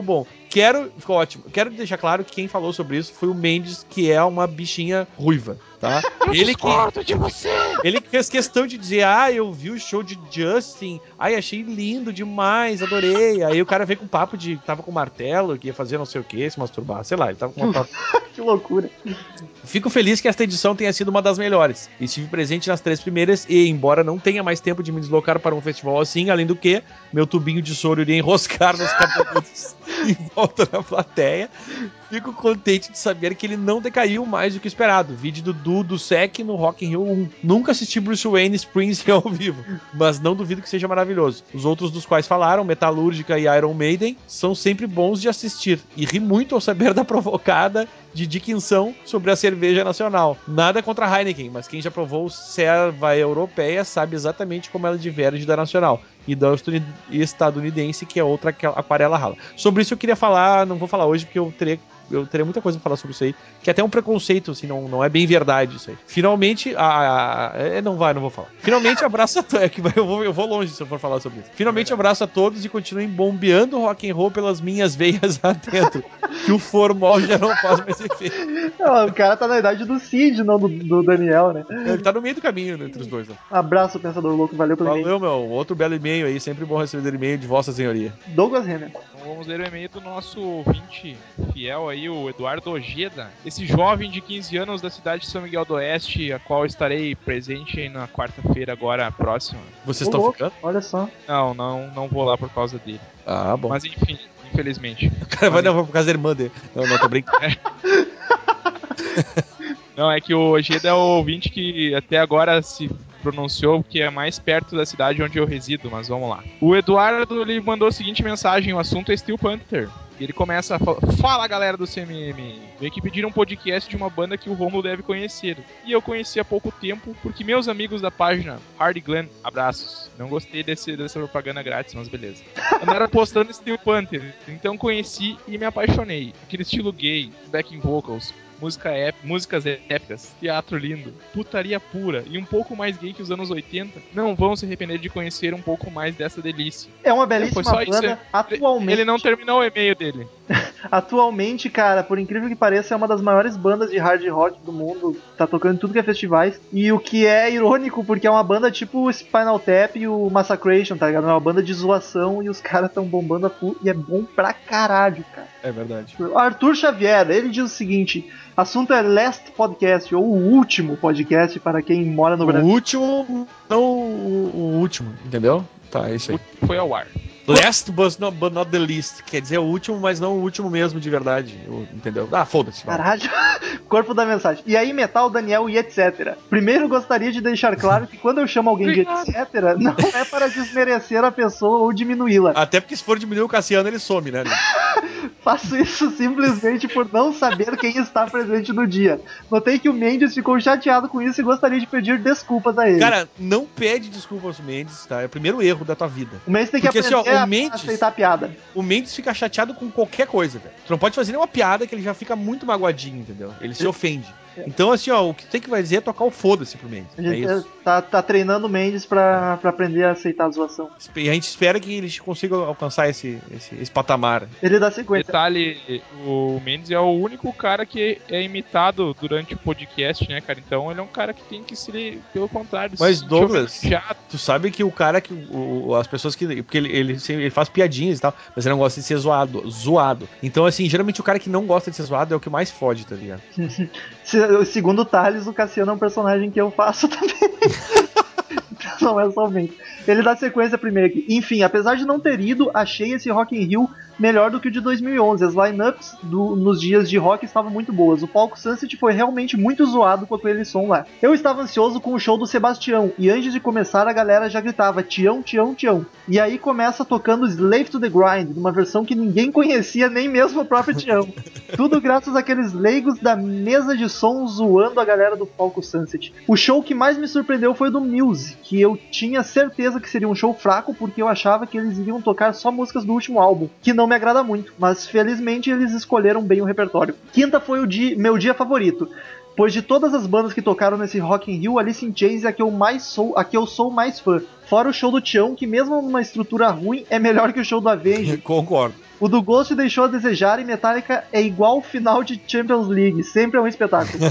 Quero, ficou ótimo. Quero deixar claro que quem falou sobre isso foi o Mendes, que é uma bichinha ruiva, tá? Ele que, de você! ele que fez questão de dizer, ah, eu vi o show de Justin, ai, achei lindo demais, adorei. Aí o cara veio com papo de, tava com martelo, que ia fazer não sei o que, se masturbar, sei lá, ele tava com uma papo. Que loucura. Fico feliz que esta edição tenha sido uma das melhores. Estive presente nas três primeiras e, embora não tenha mais tempo de me deslocar para um festival assim, além do que, meu tubinho de soro iria enroscar nos cabelos em volta da plateia, fico contente de saber que ele não decaiu mais do que esperado. Vídeo do Du do Sec no Rock in Rio um. Nunca assisti Bruce Wayne Springsteen ao vivo, mas não duvido que seja maravilhoso. Os outros dos quais falaram, Metalúrgica e Iron Maiden, são sempre bons de assistir. E ri muito ao saber da provocada de Dickinson sobre a cerveja nacional. Nada contra a Heineken, mas quem já provou serva europeia sabe exatamente como ela diverge da nacional e da estadunidense, que é outra aquarela rala. Sobre isso eu queria falar, não vou falar hoje porque eu teria eu teria muita coisa pra falar sobre isso aí, que é até um preconceito, assim, não, não é bem verdade isso aí. Finalmente, a, a, a não vai, não vou falar. Finalmente, abraço a todos, é que eu vou, eu vou longe se eu for falar sobre isso. Finalmente, abraço a todos e continuem bombeando o rock and roll pelas minhas veias adentro, que o formol já não faz mais efeito. Não, o cara tá na idade do Cid, não do, do Daniel, né? Ele tá no meio do caminho, né, entre os dois. Né? Abraço, Pensador Louco, valeu pelo e-mail. Valeu, meu, outro belo e-mail aí, sempre bom receber e-mail de Vossa Senhoria. Douglas Renner. Então vamos ler o e-mail do nosso ouvinte fiel aí, o Eduardo Ojeda. Esse jovem de quinze anos da cidade de São Miguel do Oeste, a qual estarei presente na quarta-feira agora próxima. Vocês Ô, estão louco, ficando? olha só. Não, não, não vou lá por causa dele. Ah, bom. Mas enfim, infelizmente. O cara vai levar por causa da irmã dele. Não, não, tô brincando. Não, é que o Ojeda é o ouvinte que até agora se pronunciou que é mais perto da cidade onde eu resido, mas vamos lá. O Eduardo ele mandou a seguinte mensagem, o assunto é Steel Panther. E ele começa a falar, fala galera do C M M, vem aqui pedir um podcast de uma banda que o Romulo deve conhecer. E eu conheci há pouco tempo, porque meus amigos da página Hardy Glenn, abraços, não gostei desse, dessa propaganda grátis, mas beleza, andaram postando Steel Panther, então conheci e me apaixonei. Aquele estilo gay, backing vocals, música ép- músicas épicas, teatro lindo, putaria pura e um pouco mais gay que os anos oitenta, não vão se arrepender de conhecer um pouco mais dessa delícia. É uma Foi belíssima só isso. banda. Atualmente, Ele não terminou o e-mail dele. atualmente, cara, por incrível que pareça, é uma das maiores bandas de hard rock do mundo. Tá tocando em tudo que é festivais. E o que é irônico, porque é uma banda tipo o Spinal Tap e o Massacration, tá ligado? É uma banda de zoação e os caras tão bombando a full. E é bom pra caralho, cara. É verdade. O Arthur Xavier, ele diz o seguinte: assunto é Last Podcast, ou o último podcast para quem mora no O Brasil. último, não o, o último, entendeu? Tá, é isso aí. Foi ao ar. Last but not, but not the least. Quer dizer, o último, mas não o último mesmo de verdade. Entendeu? Ah, foda-se. vai. Caralho, corpo da mensagem. E aí, Metal, Daniel e etcétera. Primeiro, gostaria de deixar claro que quando eu chamo alguém de etcétera, não é para desmerecer a pessoa ou diminuí-la. Até porque se for diminuir o Cassiano, ele some, né? Faço isso simplesmente por não saber quem está presente no dia. Notei que o Mendes ficou chateado com isso e gostaria de pedir desculpas a ele. Cara, não pede desculpa aos Mendes, tá? É o primeiro erro da tua vida. o Mendes tem que porque, aprender assim, ó, o a Mendes- aceitar a piada. O Mendes fica chateado com qualquer coisa, velho. Tu não pode fazer nenhuma piada que ele já fica muito magoadinho, entendeu? Ele se ofende. Então, assim, ó, o que tem que vai dizer é tocar o foda-se pro Mendes. A É gente isso. tá, tá treinando o Mendes pra, pra aprender a aceitar a zoação. E a gente espera que eles consigam alcançar esse, esse, esse patamar. Ele dá sequência. Detalhe, o Mendes é o único cara que é imitado durante o podcast, né, cara? Então ele é um cara que tem que ser, pelo contrário, Mas, se Douglas, homenageado. Tu sabe que o cara que. O, as pessoas que. Porque ele, ele, ele faz piadinhas e tal, mas ele não gosta de ser zoado. Zoado. Então, assim, geralmente o cara que não gosta de ser zoado é o que mais fode, tá ligado? Se- Segundo o Thales, o Cassiano é um personagem que eu faço também. Não é somente. Ele dá sequência primeiro aqui. Enfim, apesar de não ter ido, achei esse Rock in Rio melhor do que o de dois mil e onze. As lineups do, nos dias de rock estavam muito boas. O palco Sunset foi realmente muito zoado com aquele som lá. Eu estava ansioso com o show do Sebastião, e antes de começar a galera já gritava Tião, Tião, Tião. E aí começa tocando Slave to the Grind, numa versão que ninguém conhecia, nem mesmo o próprio Tião. Tudo graças àqueles leigos da mesa de som zoando a galera do palco Sunset. O show que mais me surpreendeu foi o do Muse, que eu tinha certeza que seria um show fraco, porque eu achava que eles iriam tocar só músicas do último álbum, que não me agrada muito, mas felizmente eles escolheram bem o repertório. Quinta foi o dia, meu dia favorito. pois de todas as bandas que tocaram nesse Rock in Rio, Alice in Chains é a que eu mais sou, a que eu sou mais fã. Fora o show do Tião, que mesmo numa estrutura ruim, é melhor que o show do Avenged. Concordo. O do Ghost deixou a desejar e Metallica é igual o final de Champions League, sempre é um espetáculo.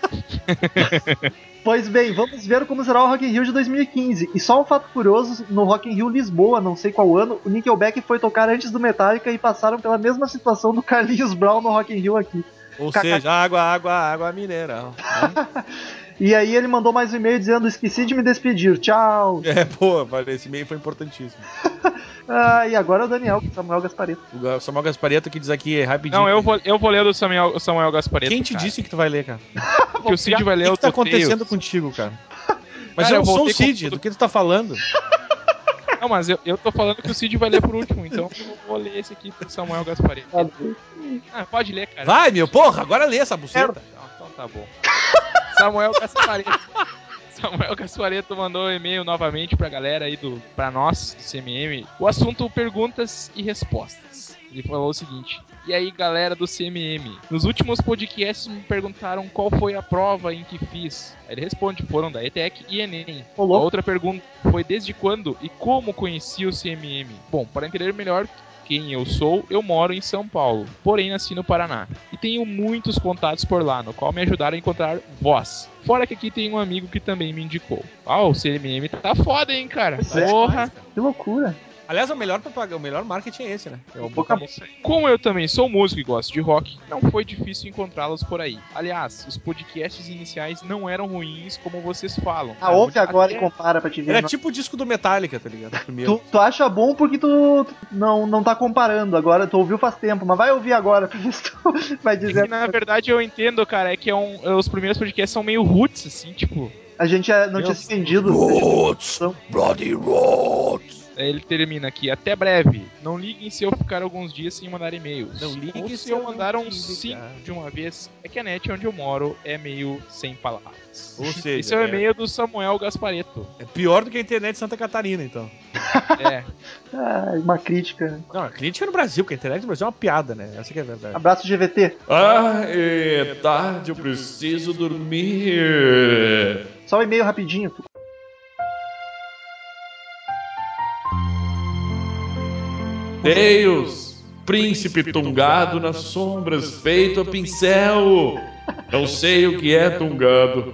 Pois bem, vamos ver como será o Rock in Rio de dois mil e quinze. E só um fato curioso, no Rock in Rio Lisboa, não sei qual ano, o Nickelback foi tocar antes do Metallica e passaram pela mesma situação do Carlinhos Brown no Rock in Rio aqui. Ou Caca- seja, água, água, água mineral. Né? E aí ele mandou mais um e-mail dizendo: esqueci de me despedir, tchau. É, pô, valeu, esse e-mail foi importantíssimo. Ah, e agora é o Daniel, Samuel Gaspareto. O Samuel Gaspareto que diz aqui rapidinho. Não, eu vou, eu vou ler o do Samuel, o Samuel Gaspareto. Quem te cara. disse que tu vai ler, cara? Que o Cid vai O ler que, o que tá Toteio. acontecendo contigo, cara? Mas Cara, eu eu não sou o voltei com Cid, tudo. do que tu tá falando? Não, mas eu, eu tô falando que o Cid vai ler por último, então eu vou ler esse aqui do Samuel Gaspareto. Ah, pode ler, cara. Vai, meu, porra, agora lê essa buceta. Então, então tá bom. Samuel Gaspareto. Samuel Gaspareto mandou um e-mail novamente pra galera aí do. Pra nós, do C M M. O assunto perguntas e respostas. Ele falou o seguinte: e aí, galera do C M M, nos últimos podcasts me perguntaram qual foi a prova em que fiz. Aí ele responde: foram da E T E C e Enem. A Olô. outra pergunta foi: desde quando e como conheci o C M M? Bom, para entender melhor quem eu sou, eu moro em São Paulo, porém nasci no Paraná. E tenho muitos contatos por lá, no qual me ajudaram a encontrar voz. Fora que aqui tem um amigo que também me indicou. Ah, o C M M tá foda, hein, cara? Pois é. Porra! Que loucura. Aliás, o melhor propaganda, o melhor marketing é esse, né? É o Boca a boca- boca. Como eu também sou músico e gosto de rock, não foi difícil encontrá-los por aí. Aliás, os podcasts iniciais não eram ruins como vocês falam. Ah, ouve Até- agora e compara pra te ver. Era Não. tipo o disco do Metallica, tá ligado? Primeiro. Tu, tu acha bom porque tu, tu não, não tá comparando agora, tu ouviu faz tempo, mas vai ouvir agora pra ver se tu vai É que, dizer. na verdade, eu entendo, cara, é que é um, é, os primeiros podcasts são meio roots, assim, tipo... A gente é- não tinha se entendido. Roots, Bloody Roots. Aí ele termina aqui: até breve. Não liguem se eu ficar alguns dias sem mandar e-mails. Não liguem Ou se se eu eu não mandar te uns ligar. cinco de uma vez. É que a net onde eu moro é meio sem palavras. Ou seja, Esse é o é- e-mail do Samuel Gaspareto. É pior do que a internet de Santa Catarina, então. É. Ah, uma crítica. Não, a crítica é no Brasil, porque a internet no Brasil é uma piada, né? Essa que é a verdade. Abraço G V T. Ah, é tarde, eu preciso dormir. Só um e-mail rapidinho. Tu. Deus, príncipe tungado nas sombras, feito a pincel. Não sei o que é tungado.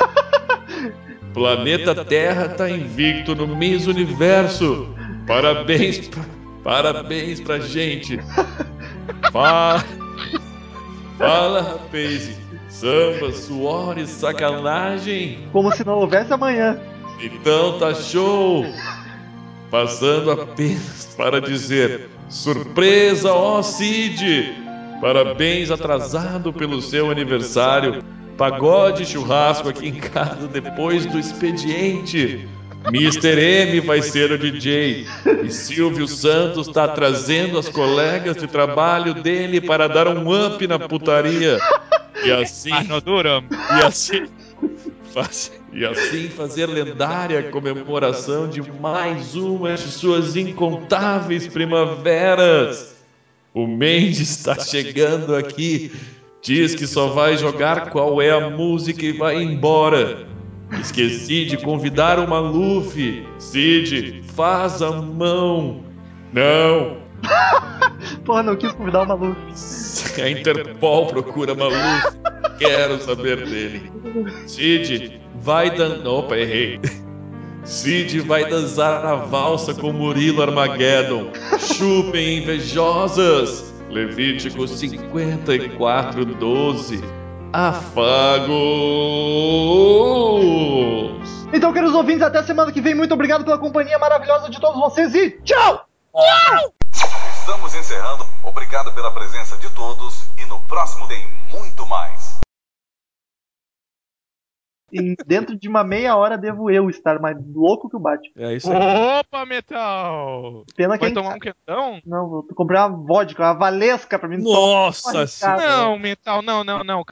Planeta Terra tá invicto no Miss Universo. Parabéns, pra, parabéns pra gente. Fala, fala, rapaz. Samba, suor e sacanagem. Como se não houvesse amanhã. Então tá show. Passando apenas para dizer: surpresa, ó Cid! Parabéns atrasado pelo seu aniversário. Pagode e churrasco aqui em casa depois do expediente. mister M vai ser o D J. E Silvio Santos tá trazendo as colegas de trabalho dele para dar um up na putaria. E assim, Mano duro. e assim, faz- e assim fazer lendária a comemoração de mais uma de suas incontáveis primaveras. O Mendes está chegando aqui. Diz que só vai jogar qual é a música e vai embora. Esqueci de convidar o Maluf. Cid, faz a mão. Não. Porra, não quis convidar o maluco. A Interpol procura Maluf. Quero saber dele. Cid, vai dan... Opa, errei. Cid vai dançar a valsa com Murilo Armageddon. Chupem, invejosas. Levítico cinquenta e quatro, doze. Afagos. Então, queridos ouvintes, até semana que vem. Muito obrigado pela companhia maravilhosa de todos vocês e tchau! Estamos encerrando. Obrigado pela presença de todos e no próximo tem muito mais. E dentro de uma meia hora devo eu estar mais louco que o Batman. É isso aí. Opa, Metal! Pena que Vai a gente tomar sabe. um quentão? Não, vou comprei uma vodka, uma valesca pra mim. Nossa tomar. senhora. Não, Metal, não, não, não.